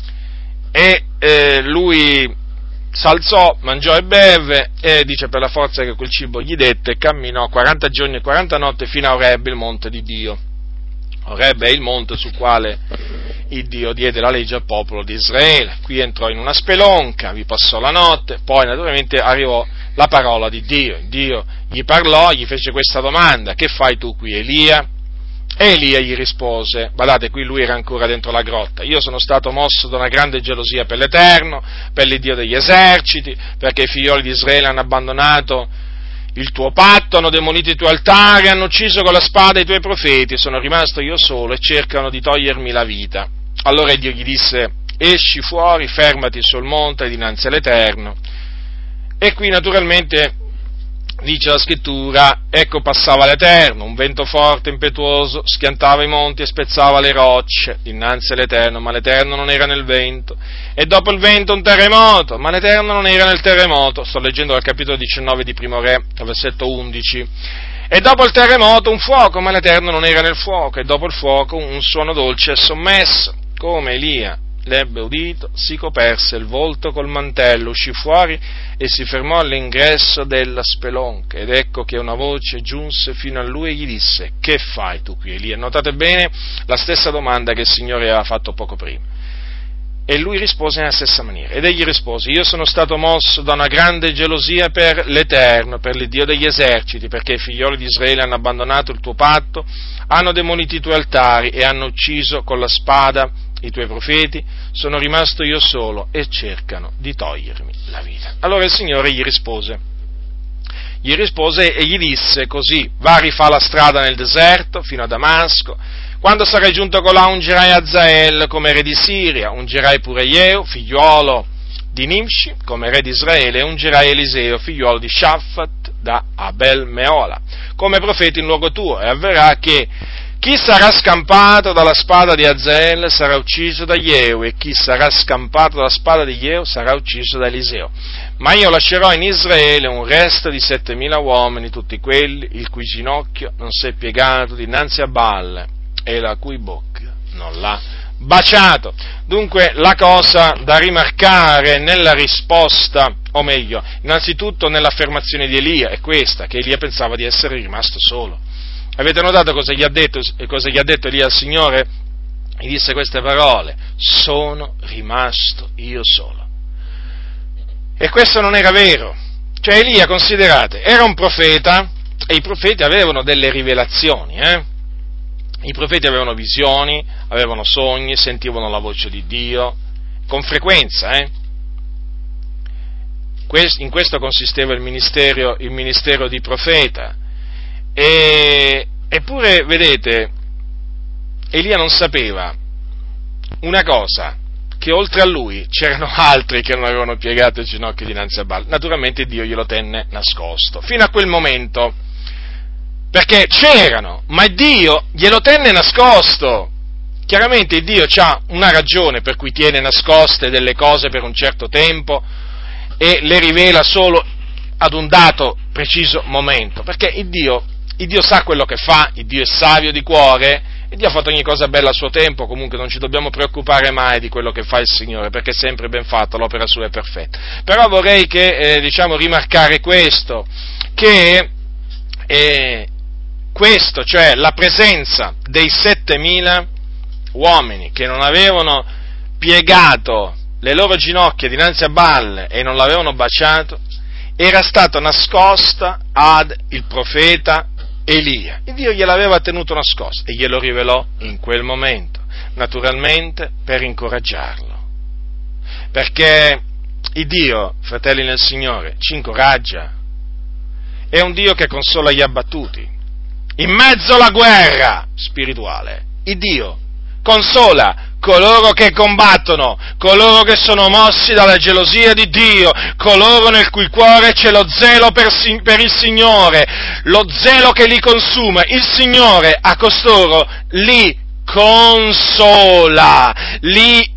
e lui s'alzò, mangiò e beve, e dice per la forza che quel cibo gli dette, camminò 40 giorni e 40 notti fino a Oreb, il monte di Dio. Oreb è il monte sul quale il Dio diede la legge al popolo di Israele. Qui entrò in una spelonca, vi passò la notte, poi naturalmente arrivò la parola di Dio. Dio gli parlò, gli fece questa domanda: che fai tu qui, Elia? E Elia gli rispose, guardate, qui lui era ancora dentro la grotta: io sono stato mosso da una grande gelosia per l'Eterno, per l'Iddio degli eserciti, perché i figlioli di Israele hanno abbandonato il tuo patto, hanno demolito i tuoi altari, hanno ucciso con la spada i tuoi profeti, sono rimasto io solo e cercano di togliermi la vita. Allora Dio gli disse: esci fuori, fermati sul monte dinanzi all'Eterno. E qui naturalmente dice la scrittura: ecco passava l'Eterno, un vento forte, impetuoso, schiantava i monti e spezzava le rocce dinanzi all'Eterno, ma l'Eterno non era nel vento. E dopo il vento un terremoto, ma l'Eterno non era nel terremoto. Sto leggendo dal capitolo 19 di Primo Re, versetto 11. E dopo il terremoto un fuoco, ma l'Eterno non era nel fuoco. E dopo il fuoco un suono dolce e sommesso. Come Elia l'ebbe udito, si coperse il volto col mantello, uscì fuori e si fermò all'ingresso della spelonca, ed ecco che una voce giunse fino a lui e gli disse: che fai tu qui, Elia? Notate bene la stessa domanda che il Signore aveva fatto poco prima. E lui rispose nella stessa maniera, ed egli rispose: io sono stato mosso da una grande gelosia per l'Eterno, per l'Iddio degli eserciti, perché i figlioli di Israele hanno abbandonato il tuo patto, hanno demolito i tuoi altari e hanno ucciso con la spada i tuoi profeti, sono rimasto io solo e cercano di togliermi la vita. Allora il Signore gli rispose e gli disse così: va, rifà la strada nel deserto fino a Damasco, quando sarai giunto colà ungerai Azael come re di Siria, ungerai pure Jeu, figliuolo di Nimshi, come re di Israele, e ungerai Eliseo, figliuolo di Shaffat, da Abel Meola, come profeta in luogo tuo, e avverrà che chi sarà scampato dalla spada di Azael sarà ucciso da Jeu, e chi sarà scampato dalla spada di Jeu sarà ucciso da Eliseo. Ma io lascerò in Israele un resto di 7.000 uomini, tutti quelli il cui ginocchio non si è piegato dinanzi a Baal e la cui bocca non l'ha baciato. Dunque la cosa da rimarcare nella risposta, o meglio, innanzitutto nell'affermazione di Elia, è questa, che Elia pensava di essere rimasto solo. Avete notato cosa gli ha detto Elia al Signore? Gli disse queste parole: sono rimasto io solo. E questo non era vero. Cioè Elia, considerate, era un profeta, e i profeti avevano delle rivelazioni, I profeti avevano visioni, avevano sogni, sentivano la voce di Dio, con frequenza, In questo consisteva il ministero di profeta. Eppure, vedete, Elia non sapeva una cosa, che oltre a lui c'erano altri che non avevano piegato il ginocchio dinanzi a Baal. Naturalmente Dio glielo tenne nascosto, fino a quel momento, perché c'erano, ma Dio glielo tenne nascosto. Chiaramente Dio ha una ragione per cui tiene nascoste delle cose per un certo tempo e le rivela solo ad un dato preciso momento, perché il Dio sa quello che fa, il Dio è savio di cuore, e Dio ha fatto ogni cosa bella a suo tempo. Comunque non ci dobbiamo preoccupare mai di quello che fa il Signore, perché è sempre ben fatto, l'opera sua è perfetta. Però vorrei che, rimarcare questo, che questo, cioè la presenza dei 7.000 uomini che non avevano piegato le loro ginocchia dinanzi a Baal e non l'avevano baciato, era stata nascosta ad il profeta Elia. E Dio gliel'aveva tenuto nascosto e glielo rivelò in quel momento, naturalmente per incoraggiarlo. Perché il Dio, fratelli nel Signore, ci incoraggia. È un Dio che consola gli abbattuti. In mezzo alla guerra spirituale, il Dio consola coloro che combattono, coloro che sono mossi dalla gelosia di Dio, coloro nel cui cuore c'è lo zelo per il Signore, lo zelo che li consuma. Il Signore a costoro li consola, li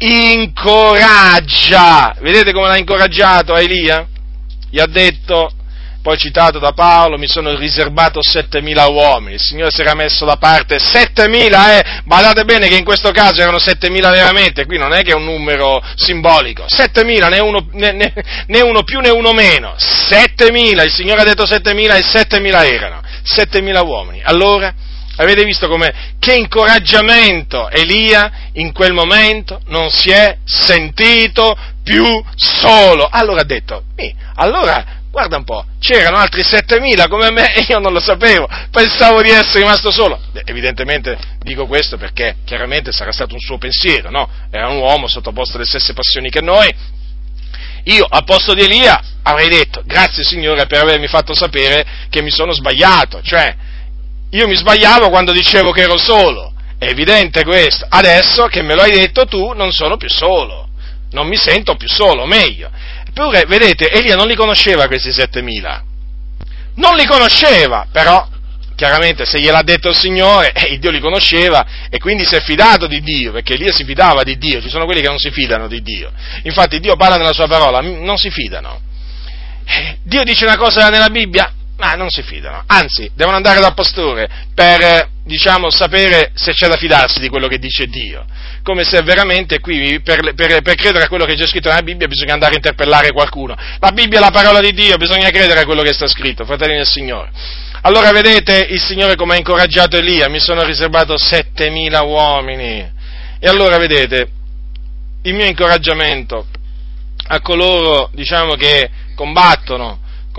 incoraggia. Vedete come l'ha incoraggiato a Elia? Gli ha detto, poi citato da Paolo, mi sono riservato 7.000 uomini. Il Signore si era messo da parte 7.000, badate bene che in questo caso erano 7.000 veramente, qui non è che è un numero simbolico, 7.000, né uno più né uno meno, 7.000, il Signore ha detto 7.000 e 7.000 erano, 7.000 uomini. Allora, avete visto che incoraggiamento Elia in quel momento non si è sentito più solo. Allora ha detto, guarda un po', c'erano altri 7.000 come me e io non lo sapevo, pensavo di essere rimasto solo. Evidentemente dico questo perché chiaramente sarà stato un suo pensiero, no? Era un uomo sottoposto alle stesse passioni che noi. Io, al posto di Elia, avrei detto, grazie Signore per avermi fatto sapere che mi sono sbagliato, cioè, io mi sbagliavo quando dicevo che ero solo, è evidente questo, adesso che me lo hai detto tu non sono più solo, non mi sento più solo, meglio. Eppure, vedete, Elia non li conosceva questi 7.000, non li conosceva, però, chiaramente se gliel'ha detto il Signore, il Dio li conosceva e quindi si è fidato di Dio, perché Elia si fidava di Dio, ci sono quelli che non si fidano di Dio, infatti Dio parla nella sua parola, non si fidano, Dio dice una cosa nella Bibbia, ma non si fidano, anzi, devono andare dal pastore per, sapere se c'è da fidarsi di quello che dice Dio, come se veramente qui, per credere a quello che c'è scritto nella Bibbia, bisogna andare a interpellare qualcuno. La Bibbia è la parola di Dio, bisogna credere a quello che sta scritto, fratelli del Signore. Allora vedete il Signore come ha incoraggiato Elia, mi sono riservato 7.000 uomini, e allora vedete, il mio incoraggiamento a coloro, che combattono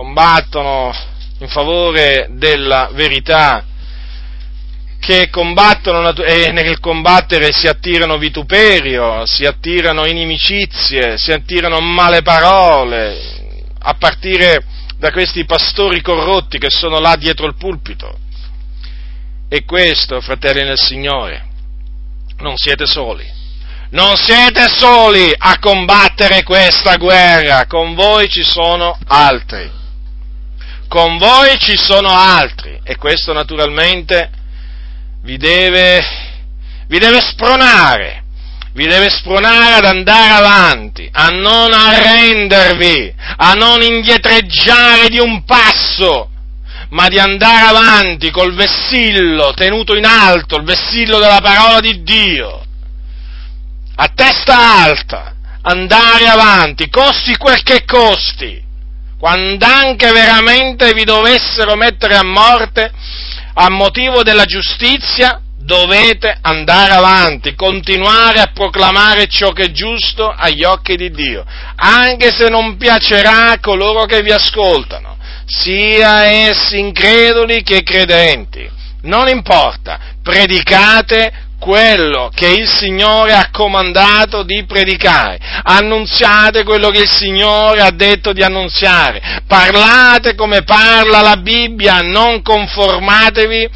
in favore della verità, che combattono e nel combattere si attirano vituperio, si attirano inimicizie, si attirano male parole, a partire da questi pastori corrotti che sono là dietro il pulpito. E questo, fratelli nel Signore, non siete soli. Non siete soli a combattere questa guerra, con voi ci sono altri. Con voi ci sono altri, e questo naturalmente vi deve spronare ad andare avanti, a non arrendervi, a non indietreggiare di un passo, ma di andare avanti col vessillo tenuto in alto, il vessillo della parola di Dio, a testa alta, andare avanti, costi quel che costi, quand'anche veramente vi dovessero mettere a morte a motivo della giustizia, dovete andare avanti, continuare a proclamare ciò che è giusto agli occhi di Dio, anche se non piacerà a coloro che vi ascoltano, sia essi increduli che credenti, non importa, predicate quello che il Signore ha comandato di predicare, annunziate quello che il Signore ha detto di annunziare, parlate come parla la Bibbia, non conformatevi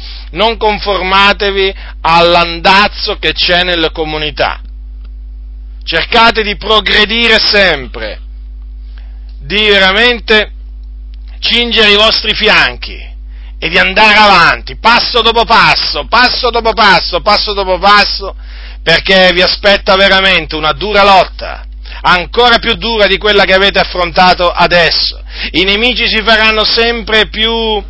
all'andazzo che c'è nelle comunità, cercate di progredire sempre, di veramente cingere i vostri fianchi e di andare avanti, passo dopo passo, perché vi aspetta veramente una dura lotta, ancora più dura di quella che avete affrontato adesso. I nemici si faranno sempre più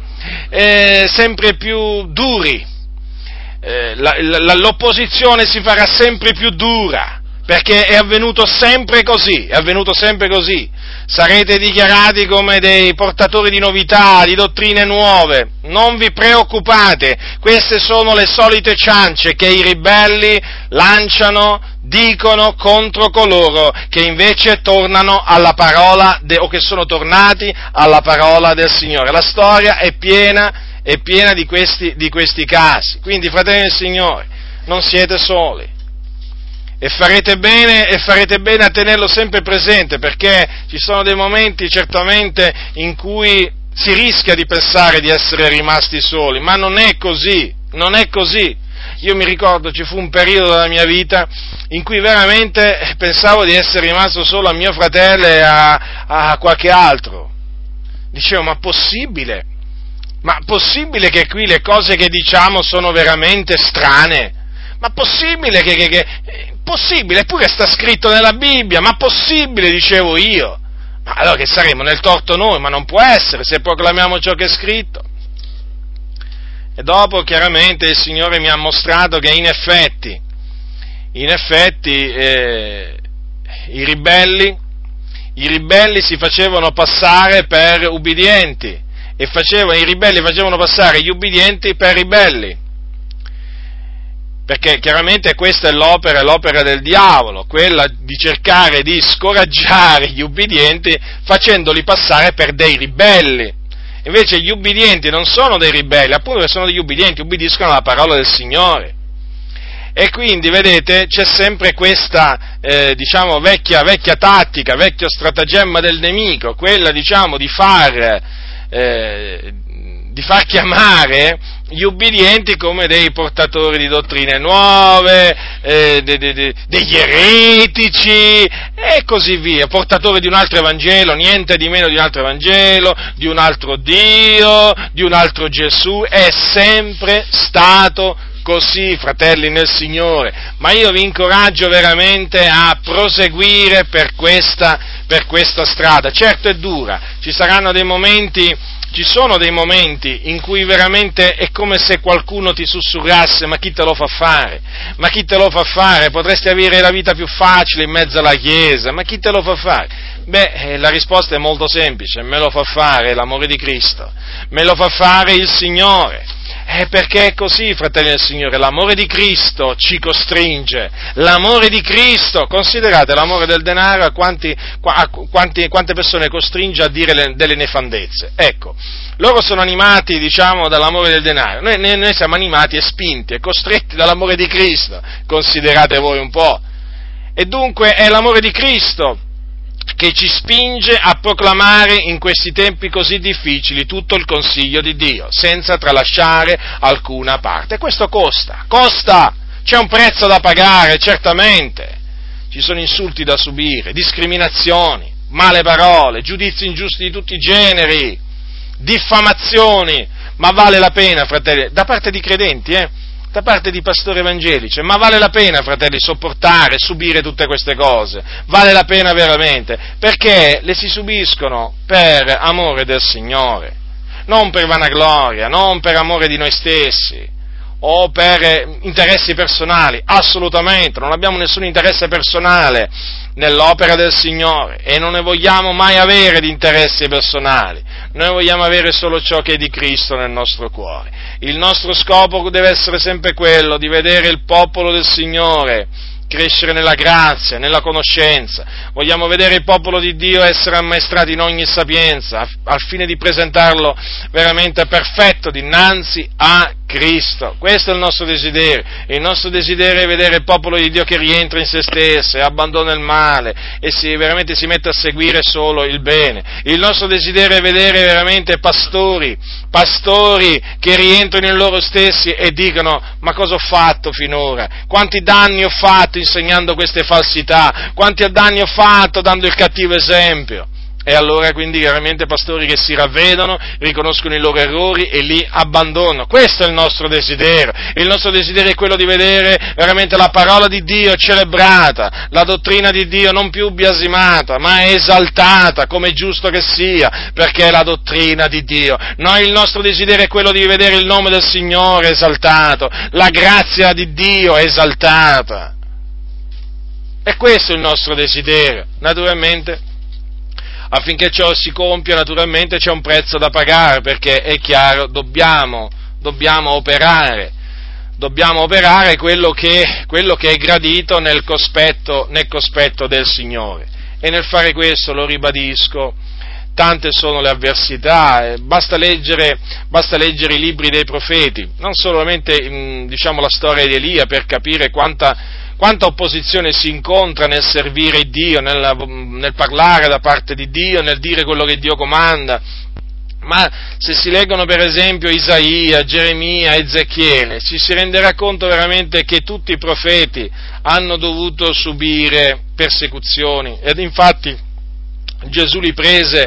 duri, l'opposizione si farà sempre più dura, perché è avvenuto sempre così. Sarete dichiarati come dei portatori di novità, di dottrine nuove. Non vi preoccupate, queste sono le solite ciance che i ribelli dicono contro coloro che invece tornano alla parola o che sono tornati alla parola del Signore. La storia è piena di questi casi. Quindi, fratelli del Signore, non siete soli. E farete bene a tenerlo sempre presente, perché ci sono dei momenti certamente in cui si rischia di pensare di essere rimasti soli, ma non è così. Io mi ricordo, ci fu un periodo della mia vita in cui veramente pensavo di essere rimasto solo a mio fratello e a qualche altro. Dicevo, ma possibile? Ma possibile che qui le cose che diciamo sono veramente strane? Ma possibile possibile, eppure sta scritto nella Bibbia, ma possibile, dicevo io. Ma allora che saremo nel torto noi? Ma non può essere, se proclamiamo ciò che è scritto. E dopo chiaramente il Signore mi ha mostrato che in effetti i ribelli si facevano passare per ubbidienti e i ribelli facevano passare gli ubbidienti per ribelli, perché chiaramente questa è l'opera del diavolo, quella di cercare di scoraggiare gli ubbidienti facendoli passare per dei ribelli. Invece gli ubbidienti non sono dei ribelli, appunto sono degli ubbidienti, ubbidiscono alla parola del Signore. E quindi, vedete, c'è sempre questa, vecchia tattica, vecchio stratagemma del nemico, quella, di far chiamare gli ubbidienti come dei portatori di dottrine nuove, degli eretici e così via, portatori di un altro Evangelo, niente di meno di un altro Evangelo, di un altro Dio, di un altro Gesù. È sempre stato così, fratelli nel Signore, ma io vi incoraggio veramente a proseguire per questa strada. Certo è dura, ci sono dei momenti in cui veramente è come se qualcuno ti sussurrasse: ma chi te lo fa fare? Ma chi te lo fa fare? Potresti avere la vita più facile in mezzo alla Chiesa, ma chi te lo fa fare? La risposta è molto semplice: me lo fa fare l'amore di Cristo, me lo fa fare il Signore. Perché è così, fratelli del Signore, l'amore di Cristo ci costringe, l'amore di Cristo, considerate l'amore del denaro a quante persone costringe a dire delle nefandezze. Ecco, loro sono animati, dall'amore del denaro, noi siamo animati e spinti e costretti dall'amore di Cristo, considerate voi un po'. E dunque è l'amore di Cristo che ci spinge a proclamare in questi tempi così difficili tutto il consiglio di Dio, senza tralasciare alcuna parte. E questo costa, c'è un prezzo da pagare, certamente. Ci sono insulti da subire, discriminazioni, male parole, giudizi ingiusti di tutti i generi, diffamazioni, ma vale la pena, fratelli, da parte di credenti, da parte di pastori evangelici, ma vale la pena, fratelli, sopportare, subire tutte queste cose, vale la pena veramente, perché le si subiscono per amore del Signore, non per vanagloria, non per amore di noi stessi, o per interessi personali, assolutamente, non abbiamo nessun interesse personale nell'opera del Signore e non ne vogliamo mai avere di interessi personali, noi vogliamo avere solo ciò che è di Cristo nel nostro cuore. Il nostro scopo deve essere sempre quello di vedere il popolo del Signore crescere nella grazia, nella conoscenza. Vogliamo vedere il popolo di Dio essere ammaestrato in ogni sapienza, al fine di presentarlo veramente perfetto dinanzi a Cristo. Questo è il nostro desiderio. Il nostro desiderio è vedere il popolo di Dio che rientra in se stesso e abbandona il male e veramente si mette a seguire solo il bene. Il nostro desiderio è vedere veramente pastori che rientrano in loro stessi e dicono: ma cosa ho fatto finora? Quanti danni ho fatto insegnando queste falsità? Quanti danni ho fatto dando il cattivo esempio? E allora quindi veramente pastori che si ravvedono, riconoscono i loro errori e li abbandonano. Questo è il nostro desiderio è quello di vedere veramente la parola di Dio celebrata, la dottrina di Dio non più biasimata, ma esaltata, come è giusto che sia, perché è la dottrina di Dio. Il nostro desiderio è quello di vedere il nome del Signore esaltato, la grazia di Dio esaltata. E questo è il nostro desiderio, naturalmente. Affinché ciò si compia, naturalmente c'è un prezzo da pagare, perché è chiaro, dobbiamo operare quello che è gradito nel cospetto del Signore. E nel fare questo, lo ribadisco, tante sono le avversità, basta leggere i libri dei profeti, non solamente la storia di Elia, per capire quanta opposizione si incontra nel servire Dio, nel parlare da parte di Dio, nel dire quello che Dio comanda, Ma se si leggono per esempio Isaia, Geremia, Ezechiele, ci si renderà conto veramente che tutti i profeti hanno dovuto subire persecuzioni, ed infatti Gesù li prese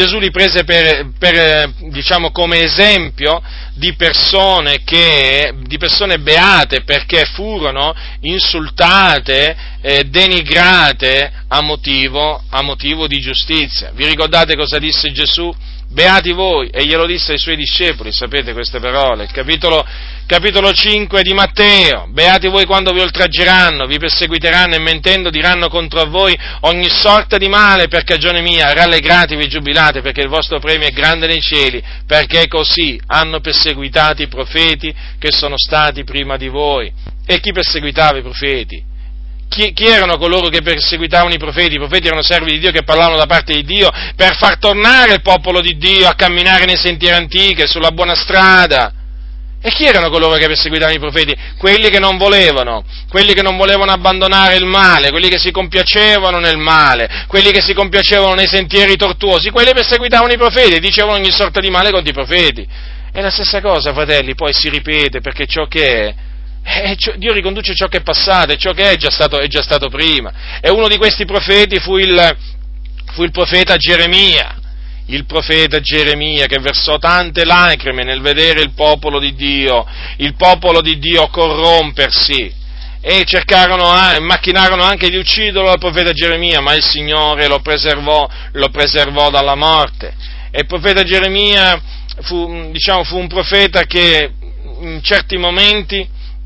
diciamo, come esempio di persone beate, perché furono insultate, denigrate a motivo di giustizia. Vi ricordate cosa disse Gesù? Beati voi, e glielo disse ai suoi discepoli, sapete queste parole, il capitolo 5 di Matteo: beati voi quando vi oltraggeranno, vi perseguiteranno e mentendo diranno contro voi ogni sorta di male per cagione mia, rallegratevi e giubilate, perché il vostro premio è grande nei cieli, perché così hanno perseguitato i profeti che sono stati prima di voi. E chi perseguitava i profeti? Chi erano coloro che perseguitavano i profeti? I profeti erano servi di Dio che parlavano da parte di Dio per far tornare il popolo di Dio a camminare nei sentieri antichi, sulla buona strada. E chi erano coloro che perseguitavano i profeti? Quelli che non volevano abbandonare il male, quelli che si compiacevano nel male, quelli che si compiacevano nei sentieri tortuosi, quelli perseguitavano i profeti e dicevano ogni sorta di male contro i profeti. E la stessa cosa, fratelli, poi si ripete, perché ciò che è, Dio riconduce ciò che è passato, e ciò che è già stato prima. E uno di questi profeti fu il profeta Geremia. Il profeta Geremia, che versò tante lacrime nel vedere il popolo di Dio corrompersi, e macchinarono anche di ucciderlo al profeta Geremia, ma il Signore lo preservò dalla morte. E il profeta Geremia fu un profeta che in certi momenti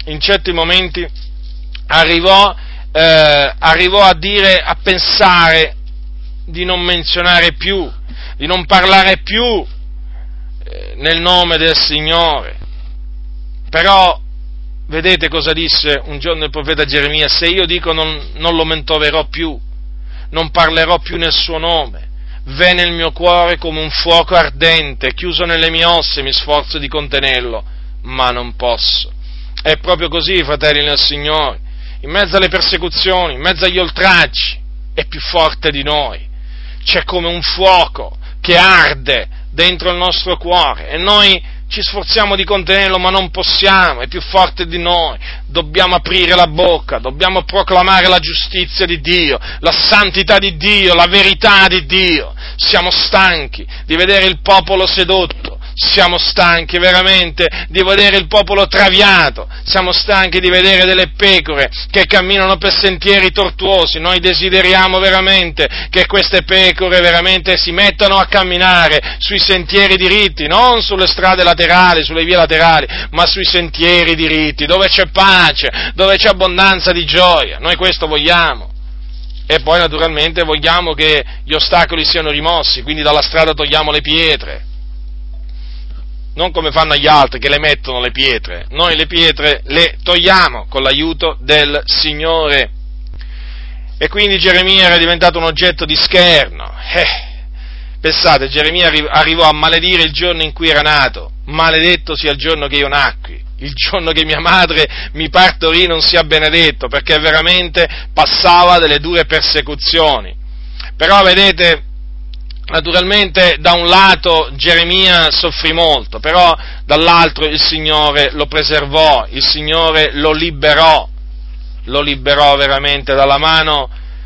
arrivò a pensare di non menzionare più, di non parlare più nel nome del Signore. Però vedete cosa disse un giorno il profeta Geremia: se io dico non lo mentoverò più, non parlerò più nel suo nome, v'è nel mio cuore come un fuoco ardente, chiuso nelle mie ossa, e mi sforzo di contenerlo, ma non posso. È proprio così, fratelli nel Signore, in mezzo alle persecuzioni, in mezzo agli oltraggi, è più forte di noi. C'è come un fuoco che arde dentro il nostro cuore e noi ci sforziamo di contenerlo, ma non possiamo, è più forte di noi. Dobbiamo aprire la bocca, dobbiamo proclamare la giustizia di Dio, la santità di Dio, la verità di Dio. Siamo stanchi di vedere il popolo sedotto, siamo stanchi veramente di vedere il popolo traviato, siamo stanchi di vedere delle pecore che camminano per sentieri tortuosi. Noi desideriamo veramente che queste pecore veramente si mettano a camminare sui sentieri diritti, non sulle strade laterali, sulle vie laterali, ma sui sentieri diritti, dove c'è pace, dove c'è abbondanza di gioia. Noi questo vogliamo. E poi naturalmente vogliamo che gli ostacoli siano rimossi, quindi dalla strada togliamo le pietre. Non come fanno gli altri che le mettono le pietre, noi le pietre le togliamo con l'aiuto del Signore. E quindi Geremia era diventato un oggetto di scherno. Pensate, Geremia arrivò a maledire il giorno in cui era nato: maledetto sia il giorno che io nacqui, il giorno che mia madre mi partorì non sia benedetto, perché veramente passava delle dure persecuzioni. Però vedete, naturalmente da un lato Geremia soffrì molto, però dall'altro il Signore lo preservò, il Signore lo liberò veramente dalla mano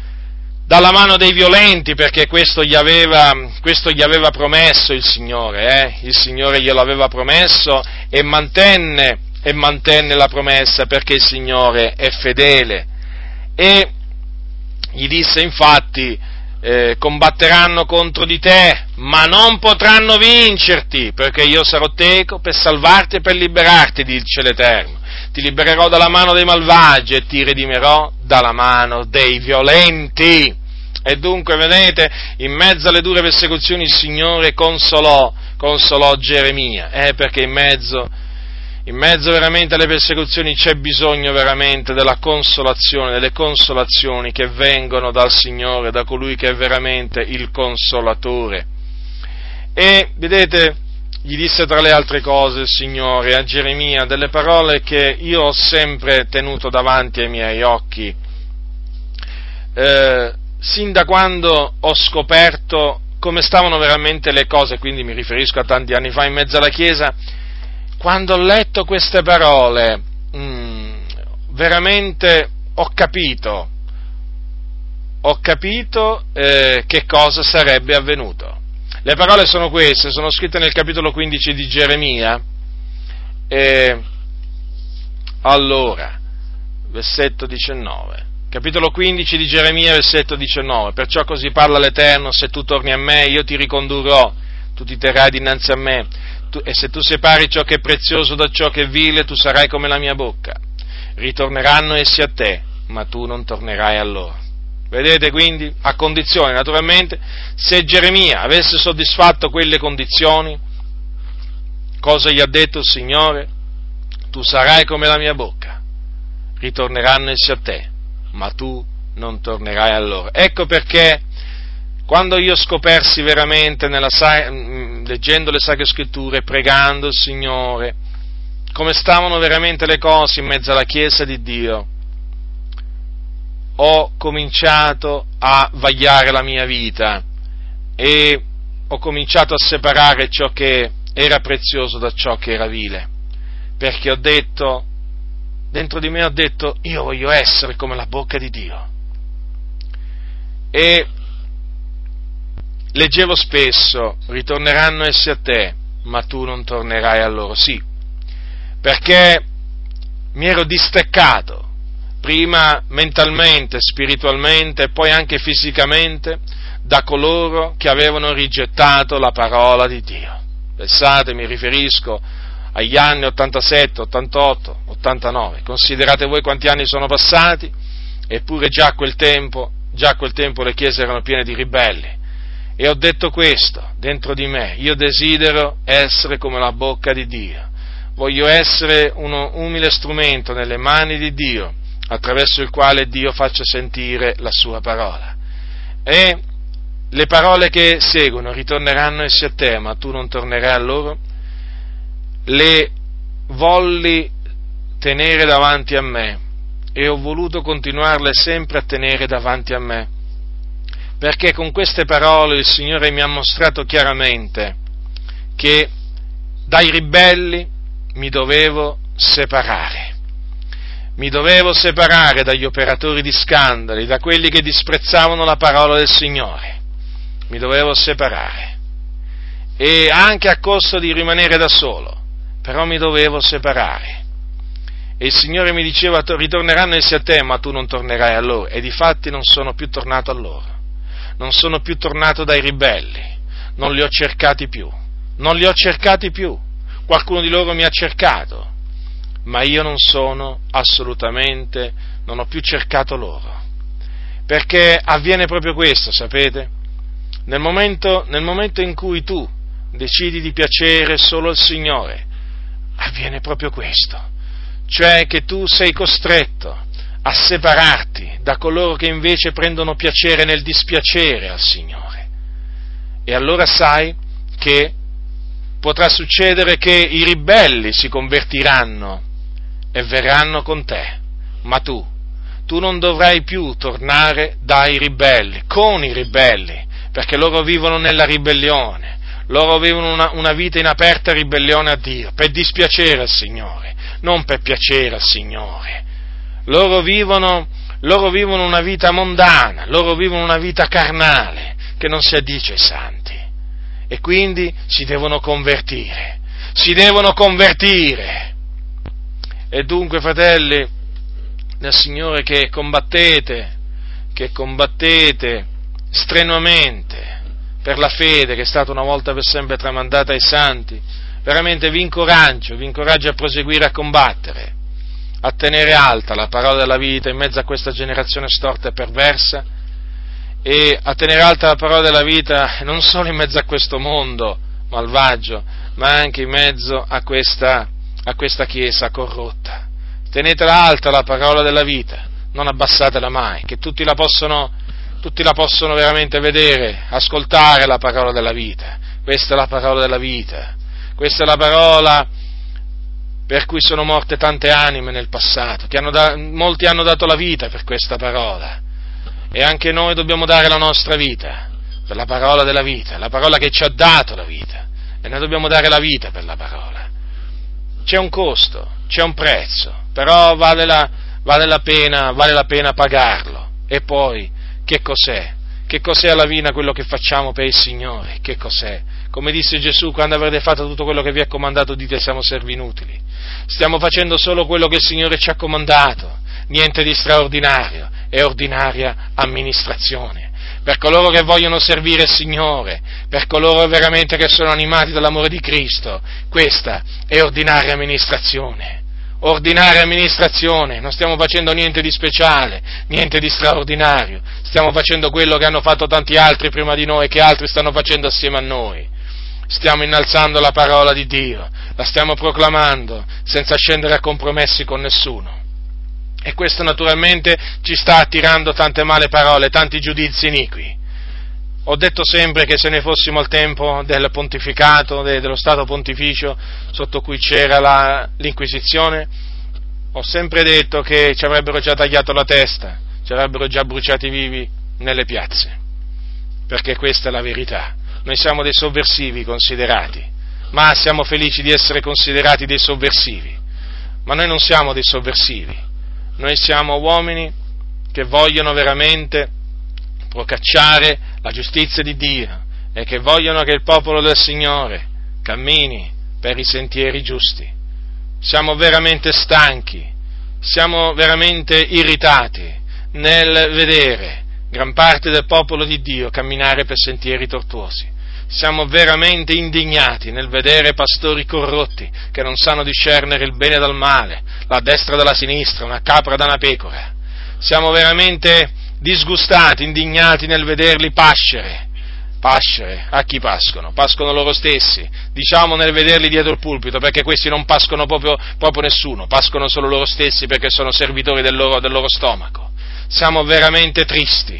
dei violenti, perché questo gli aveva promesso il Signore glielo aveva promesso e mantenne la promessa, perché il Signore è fedele. E gli disse infatti: combatteranno contro di te, ma non potranno vincerti, perché io sarò teco per salvarti e per liberarti, dice l'Eterno. Ti libererò dalla mano dei malvagi e ti redimerò dalla mano dei violenti. E dunque, vedete, in mezzo alle dure persecuzioni il Signore consolò Geremia, perché in mezzo veramente alle persecuzioni c'è bisogno veramente della consolazione, delle consolazioni che vengono dal Signore, da colui che è veramente il Consolatore. E vedete, gli disse tra le altre cose il Signore a Geremia delle parole che io ho sempre tenuto davanti ai miei occhi, sin da quando ho scoperto come stavano veramente le cose, quindi mi riferisco a tanti anni fa in mezzo alla Chiesa, quando ho letto queste parole, veramente ho capito che cosa sarebbe avvenuto. Le parole sono queste, sono scritte nel capitolo 15 di Geremia, allora, versetto 19. Capitolo 15 di Geremia, versetto 19. Perciò così parla l'Eterno: se tu torni a me, io ti ricondurrò, tu ti terrai dinanzi a me, e se tu separi ciò che è prezioso da ciò che è vile, tu sarai come la mia bocca. Ritorneranno essi a te, ma tu non tornerai a loro. Vedete quindi? A condizione, naturalmente, se Geremia avesse soddisfatto quelle condizioni, cosa gli ha detto il Signore? Tu sarai come la mia bocca, ritorneranno essi a te, ma tu non tornerai a loro. Ecco perché quando io scopersi veramente leggendo le Sacre Scritture, pregando il Signore, come stavano veramente le cose in mezzo alla Chiesa di Dio, ho cominciato a vagliare la mia vita e ho cominciato a separare ciò che era prezioso da ciò che era vile, perché ho detto, dentro di me ho detto, io voglio essere come la bocca di Dio. E leggevo spesso: ritorneranno essi a te, ma tu non tornerai a loro. Sì, perché mi ero distaccato, prima mentalmente, spiritualmente e poi anche fisicamente, da coloro che avevano rigettato la parola di Dio. Pensate, mi riferisco agli anni 87, 88, 89. Considerate voi quanti anni sono passati, eppure già a quel tempo le chiese erano piene di ribelli. E ho detto questo dentro di me: io desidero essere come la bocca di Dio, voglio essere un umile strumento nelle mani di Dio, attraverso il quale Dio faccia sentire la sua parola. E le parole che seguono: ritorneranno essi a te, ma tu non tornerai a loro, le volli tenere davanti a me e ho voluto continuarle sempre a tenere davanti a me, perché con queste parole il Signore mi ha mostrato chiaramente che dai ribelli mi dovevo separare dagli operatori di scandali, da quelli che disprezzavano la parola del Signore, mi dovevo separare, e anche a costo di rimanere da solo, però mi dovevo separare. E il Signore mi diceva: ritorneranno essi a te, ma tu non tornerai a loro. E difatti non sono più tornato a loro, non sono più tornato dai ribelli, non li ho cercati più. Qualcuno di loro mi ha cercato, ma io non ho più cercato loro. Perché avviene proprio questo, sapete? Nel momento in cui tu decidi di piacere solo al Signore, avviene proprio questo, cioè che tu sei costretto a separarti da coloro che invece prendono piacere nel dispiacere al Signore. E allora sai che potrà succedere che i ribelli si convertiranno e verranno con te, ma tu non dovrai più tornare dai ribelli, con i ribelli, perché loro vivono nella ribellione. Loro vivono una vita in aperta ribellione a Dio, per dispiacere al Signore, non per piacere al Signore. Loro vivono una vita mondana, loro vivono una vita carnale, che non si addice ai santi. E quindi si devono convertire. E dunque, fratelli del Signore, che combattete strenuamente per la fede che è stata una volta per sempre tramandata ai santi, veramente vi incoraggio a proseguire a combattere, a tenere alta la parola della vita in mezzo a questa generazione storta e perversa, e a tenere alta la parola della vita non solo in mezzo a questo mondo malvagio, ma anche in mezzo a questa Chiesa corrotta. Tenetela alta la parola della vita, non abbassatela mai, che tutti la possono veramente vedere, ascoltare la parola della vita. Questa è la parola della vita, questa è la parola per cui sono morte tante anime nel passato, molti hanno dato la vita per questa parola, e anche noi dobbiamo dare la nostra vita per la parola della vita, la parola che ci ha dato la vita, e noi dobbiamo dare la vita per la parola. C'è un costo, c'è un prezzo, però vale la pena pagarlo. E poi, che cos'è? Che cos'è alla fine quello che facciamo per il Signore? Che cos'è? Come disse Gesù, quando avrete fatto tutto quello che vi ha comandato, dite siamo servi inutili. Stiamo facendo solo quello che il Signore ci ha comandato, niente di straordinario, è ordinaria amministrazione. Per coloro che vogliono servire il Signore, per coloro veramente che sono animati dall'amore di Cristo, questa è ordinaria amministrazione. Ordinaria amministrazione, non stiamo facendo niente di speciale, niente di straordinario, stiamo facendo quello che hanno fatto tanti altri prima di noi e che altri stanno facendo assieme a noi. Stiamo innalzando la parola di Dio, la stiamo proclamando senza scendere a compromessi con nessuno. E questo naturalmente ci sta attirando tante male parole, tanti giudizi iniqui. Ho detto sempre che se ne fossimo al tempo del pontificato, dello Stato pontificio, sotto cui c'era l'Inquisizione, ho sempre detto che ci avrebbero già tagliato la testa, ci avrebbero già bruciati vivi nelle piazze, perché questa è la verità. Noi siamo dei sovversivi considerati, ma siamo felici di essere considerati dei sovversivi, ma noi non siamo dei sovversivi, noi siamo uomini che vogliono veramente procacciare la giustizia di Dio e che vogliono che il popolo del Signore cammini per i sentieri giusti. Siamo veramente stanchi, siamo veramente irritati nel vedere gran parte del popolo di Dio camminare per sentieri tortuosi. Siamo veramente indignati nel vedere pastori corrotti che non sanno discernere il bene dal male, la destra dalla sinistra, una capra da una pecora. Siamo veramente disgustati, indignati nel vederli pascere. A chi pascono? Pascono loro stessi, diciamo nel vederli dietro il pulpito, perché questi non pascono proprio nessuno, pascono solo loro stessi perché sono servitori del loro stomaco. Siamo veramente tristi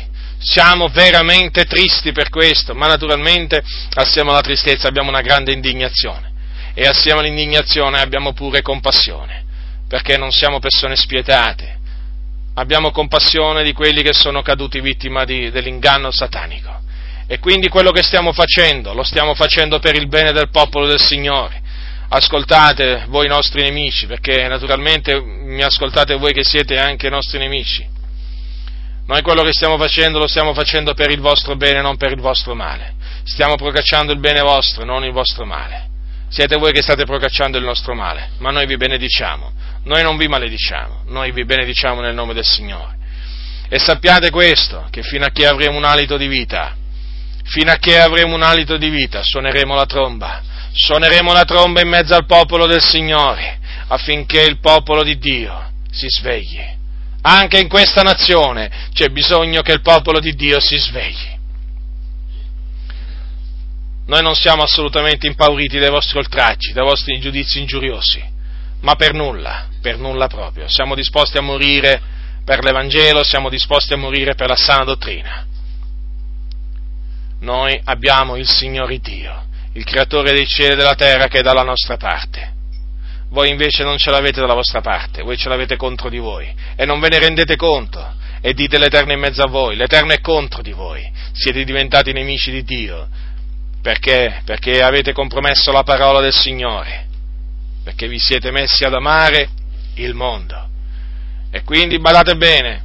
per questo, ma naturalmente assieme alla tristezza abbiamo una grande indignazione e assieme all'indignazione abbiamo pure compassione, perché non siamo persone spietate, abbiamo compassione di quelli che sono caduti vittima dell'inganno satanico. E quindi quello che stiamo facendo, lo stiamo facendo per il bene del popolo del Signore. Ascoltate voi nostri nemici, perché naturalmente mi ascoltate voi che siete anche nostri nemici. Noi quello che stiamo facendo lo stiamo facendo per il vostro bene, non per il vostro male. Stiamo procacciando il bene vostro, non il vostro male. Siete voi che state procacciando il nostro male, ma noi vi benediciamo. Noi non vi malediciamo, noi vi benediciamo nel nome del Signore. E sappiate questo, che fino a che avremo un alito di vita, suoneremo la tromba in mezzo al popolo del Signore, affinché il popolo di Dio si svegli. Anche in questa nazione c'è bisogno che il popolo di Dio si svegli. Noi non siamo assolutamente impauriti dai vostri oltraggi, dai vostri giudizi ingiuriosi, ma per nulla proprio. Siamo disposti a morire per l'Evangelo, siamo disposti a morire per la sana dottrina. Noi abbiamo il Signore Dio, il Creatore dei cieli e della terra, che è dalla nostra parte. Voi invece non ce l'avete dalla vostra parte, voi ce l'avete contro di voi, e non ve ne rendete conto, e dite l'Eterno in mezzo a voi, l'Eterno è contro di voi, siete diventati nemici di Dio, perché avete compromesso la parola del Signore, perché vi siete messi ad amare il mondo. E quindi badate bene,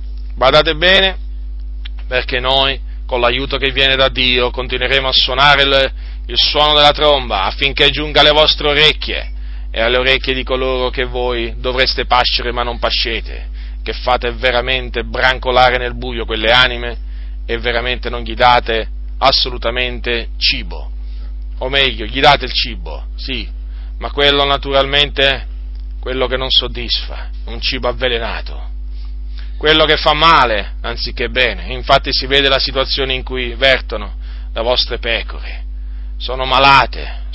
perché noi, con l'aiuto che viene da Dio, continueremo a suonare il suono della tromba, affinché giunga alle vostre orecchie, e alle orecchie di coloro che voi dovreste pascere ma non pascete, che fate veramente brancolare nel buio quelle anime e veramente non gli date assolutamente cibo, o meglio, gli date il cibo, sì, ma quello naturalmente, quello che non soddisfa, un cibo avvelenato, quello che fa male anziché bene. Infatti si vede la situazione in cui vertono le vostre pecore, sono malate,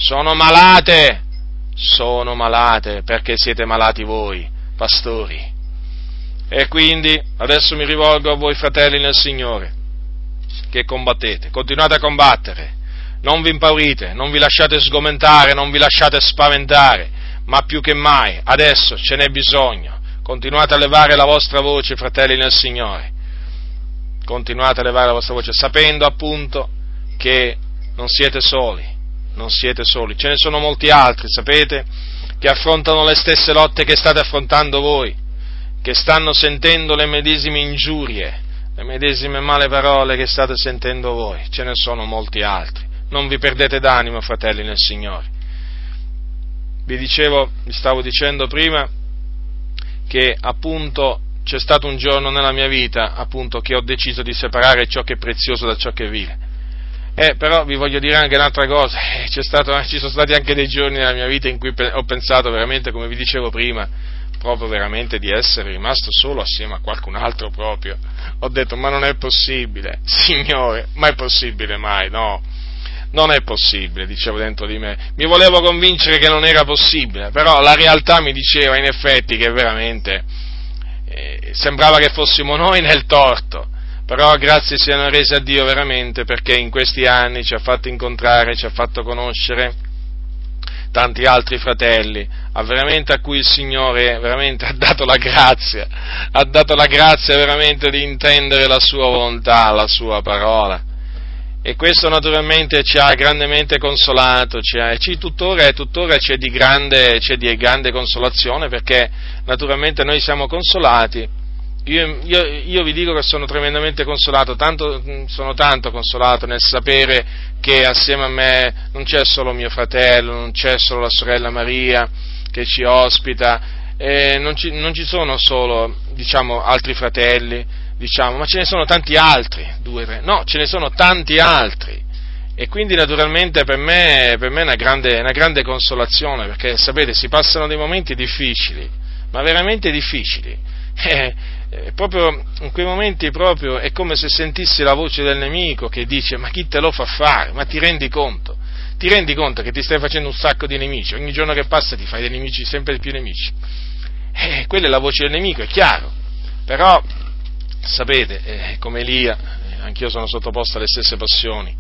perché siete malati voi, pastori. E quindi adesso mi rivolgo a voi fratelli nel Signore, che combattete, continuate a combattere, non vi impaurite, non vi lasciate sgomentare, non vi lasciate spaventare, ma più che mai, adesso ce n'è bisogno, continuate a levare la vostra voce, fratelli nel Signore, continuate a levare la vostra voce, sapendo appunto che non siete soli, ce ne sono molti altri, sapete, che affrontano le stesse lotte che state affrontando voi, che stanno sentendo le medesime ingiurie, le medesime male parole che state sentendo voi, ce ne sono molti altri. Non vi perdete d'animo, fratelli nel Signore. Vi stavo dicendo prima che appunto c'è stato un giorno nella mia vita appunto che ho deciso di separare ciò che è prezioso da ciò che è vile. Però vi voglio dire anche un'altra cosa, ci sono stati anche dei giorni nella mia vita in cui ho pensato veramente, come vi dicevo prima, proprio veramente di essere rimasto solo assieme a qualcun altro proprio. Ho detto, ma non è possibile, Signore, ma è possibile mai? No, non è possibile, dicevo dentro di me. Mi volevo convincere che non era possibile, però la realtà mi diceva in effetti che veramente sembrava che fossimo noi nel torto. Però grazie siano rese a Dio veramente, perché in questi anni ci ha fatto incontrare, ci ha fatto conoscere tanti altri fratelli, a cui il Signore veramente ha dato la grazia veramente di intendere la sua volontà, la sua parola. E questo naturalmente ci ha grandemente consolato, tuttora c'è di grande consolazione, perché naturalmente noi siamo consolati. Io vi dico che sono tremendamente consolato, sono tanto consolato nel sapere che assieme a me non c'è solo mio fratello, non c'è solo la sorella Maria che ci ospita, non ci sono solo, altri fratelli, ma ce ne sono tanti altri, ce ne sono tanti altri. E quindi naturalmente per me è una grande consolazione, perché sapete, si passano dei momenti difficili, ma veramente difficili. Proprio in quei momenti proprio è come se sentissi la voce del nemico che dice: ma chi te lo fa fare? Ma ti rendi conto? Ti rendi conto che ti stai facendo un sacco di nemici? Ogni giorno che passa ti fai dei nemici, sempre più nemici. Quella è la voce del nemico, è chiaro. Però sapete, come Elia, anch'io sono sottoposto alle stesse passioni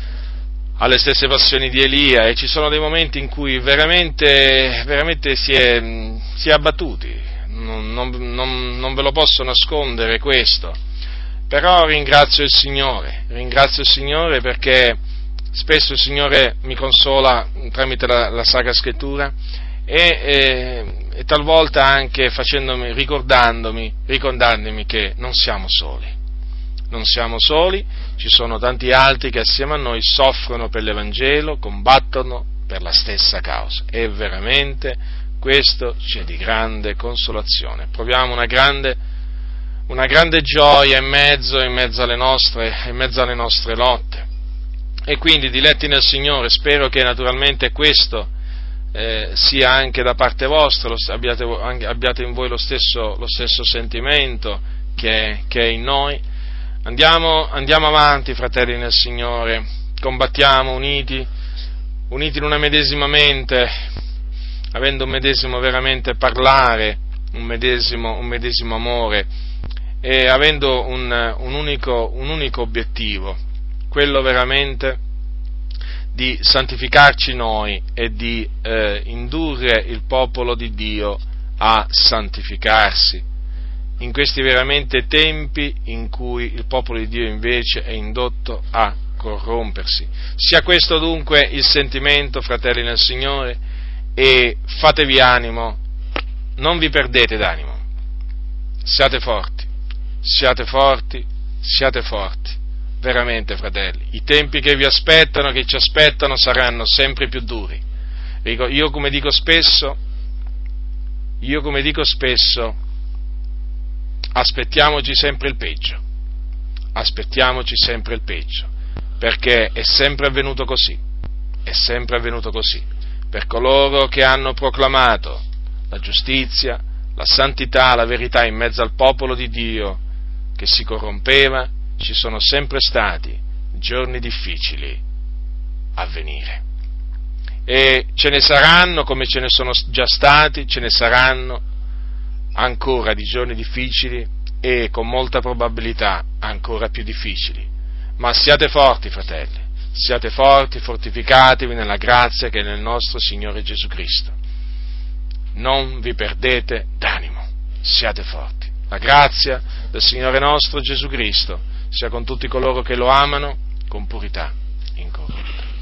di Elia, e ci sono dei momenti in cui veramente si è abbattuti. Non ve lo posso nascondere questo, però ringrazio il Signore perché spesso il Signore mi consola tramite la Sacra Scrittura e talvolta anche ricordandomi che non siamo soli, ci sono tanti altri che assieme a noi soffrono per l'Evangelo, combattono per la stessa causa, e veramente questo c'è di grande consolazione. Proviamo una grande gioia in mezzo alle nostre lotte. E quindi, diletti nel Signore, spero che naturalmente questo sia anche da parte vostra, abbiate in voi lo stesso sentimento che è in noi. Andiamo avanti, fratelli nel Signore, combattiamo uniti in una medesima mente, avendo un medesimo veramente parlare, un medesimo amore, e avendo un unico obiettivo, quello veramente di santificarci noi e di indurre il popolo di Dio a santificarsi, in questi veramente tempi in cui il popolo di Dio invece è indotto a corrompersi. Sia questo dunque il sentimento, fratelli nel Signore, e fatevi animo, non vi perdete d'animo, siate forti, veramente, fratelli. I tempi che ci aspettano saranno sempre più duri. Io come dico spesso, aspettiamoci sempre il peggio, perché è sempre avvenuto così, per coloro che hanno proclamato la giustizia, la santità, la verità in mezzo al popolo di Dio che si corrompeva. Ci sono sempre stati giorni difficili a venire, e ce ne saranno, come ce ne sono già stati, ce ne saranno ancora di giorni difficili, e con molta probabilità ancora più difficili. Ma siate forti, fratelli, siate forti, fortificatevi nella grazia che è nel nostro Signore Gesù Cristo. Non vi perdete d'animo, siate forti. La grazia del Signore nostro Gesù Cristo sia con tutti coloro che lo amano con purità. incorrotta.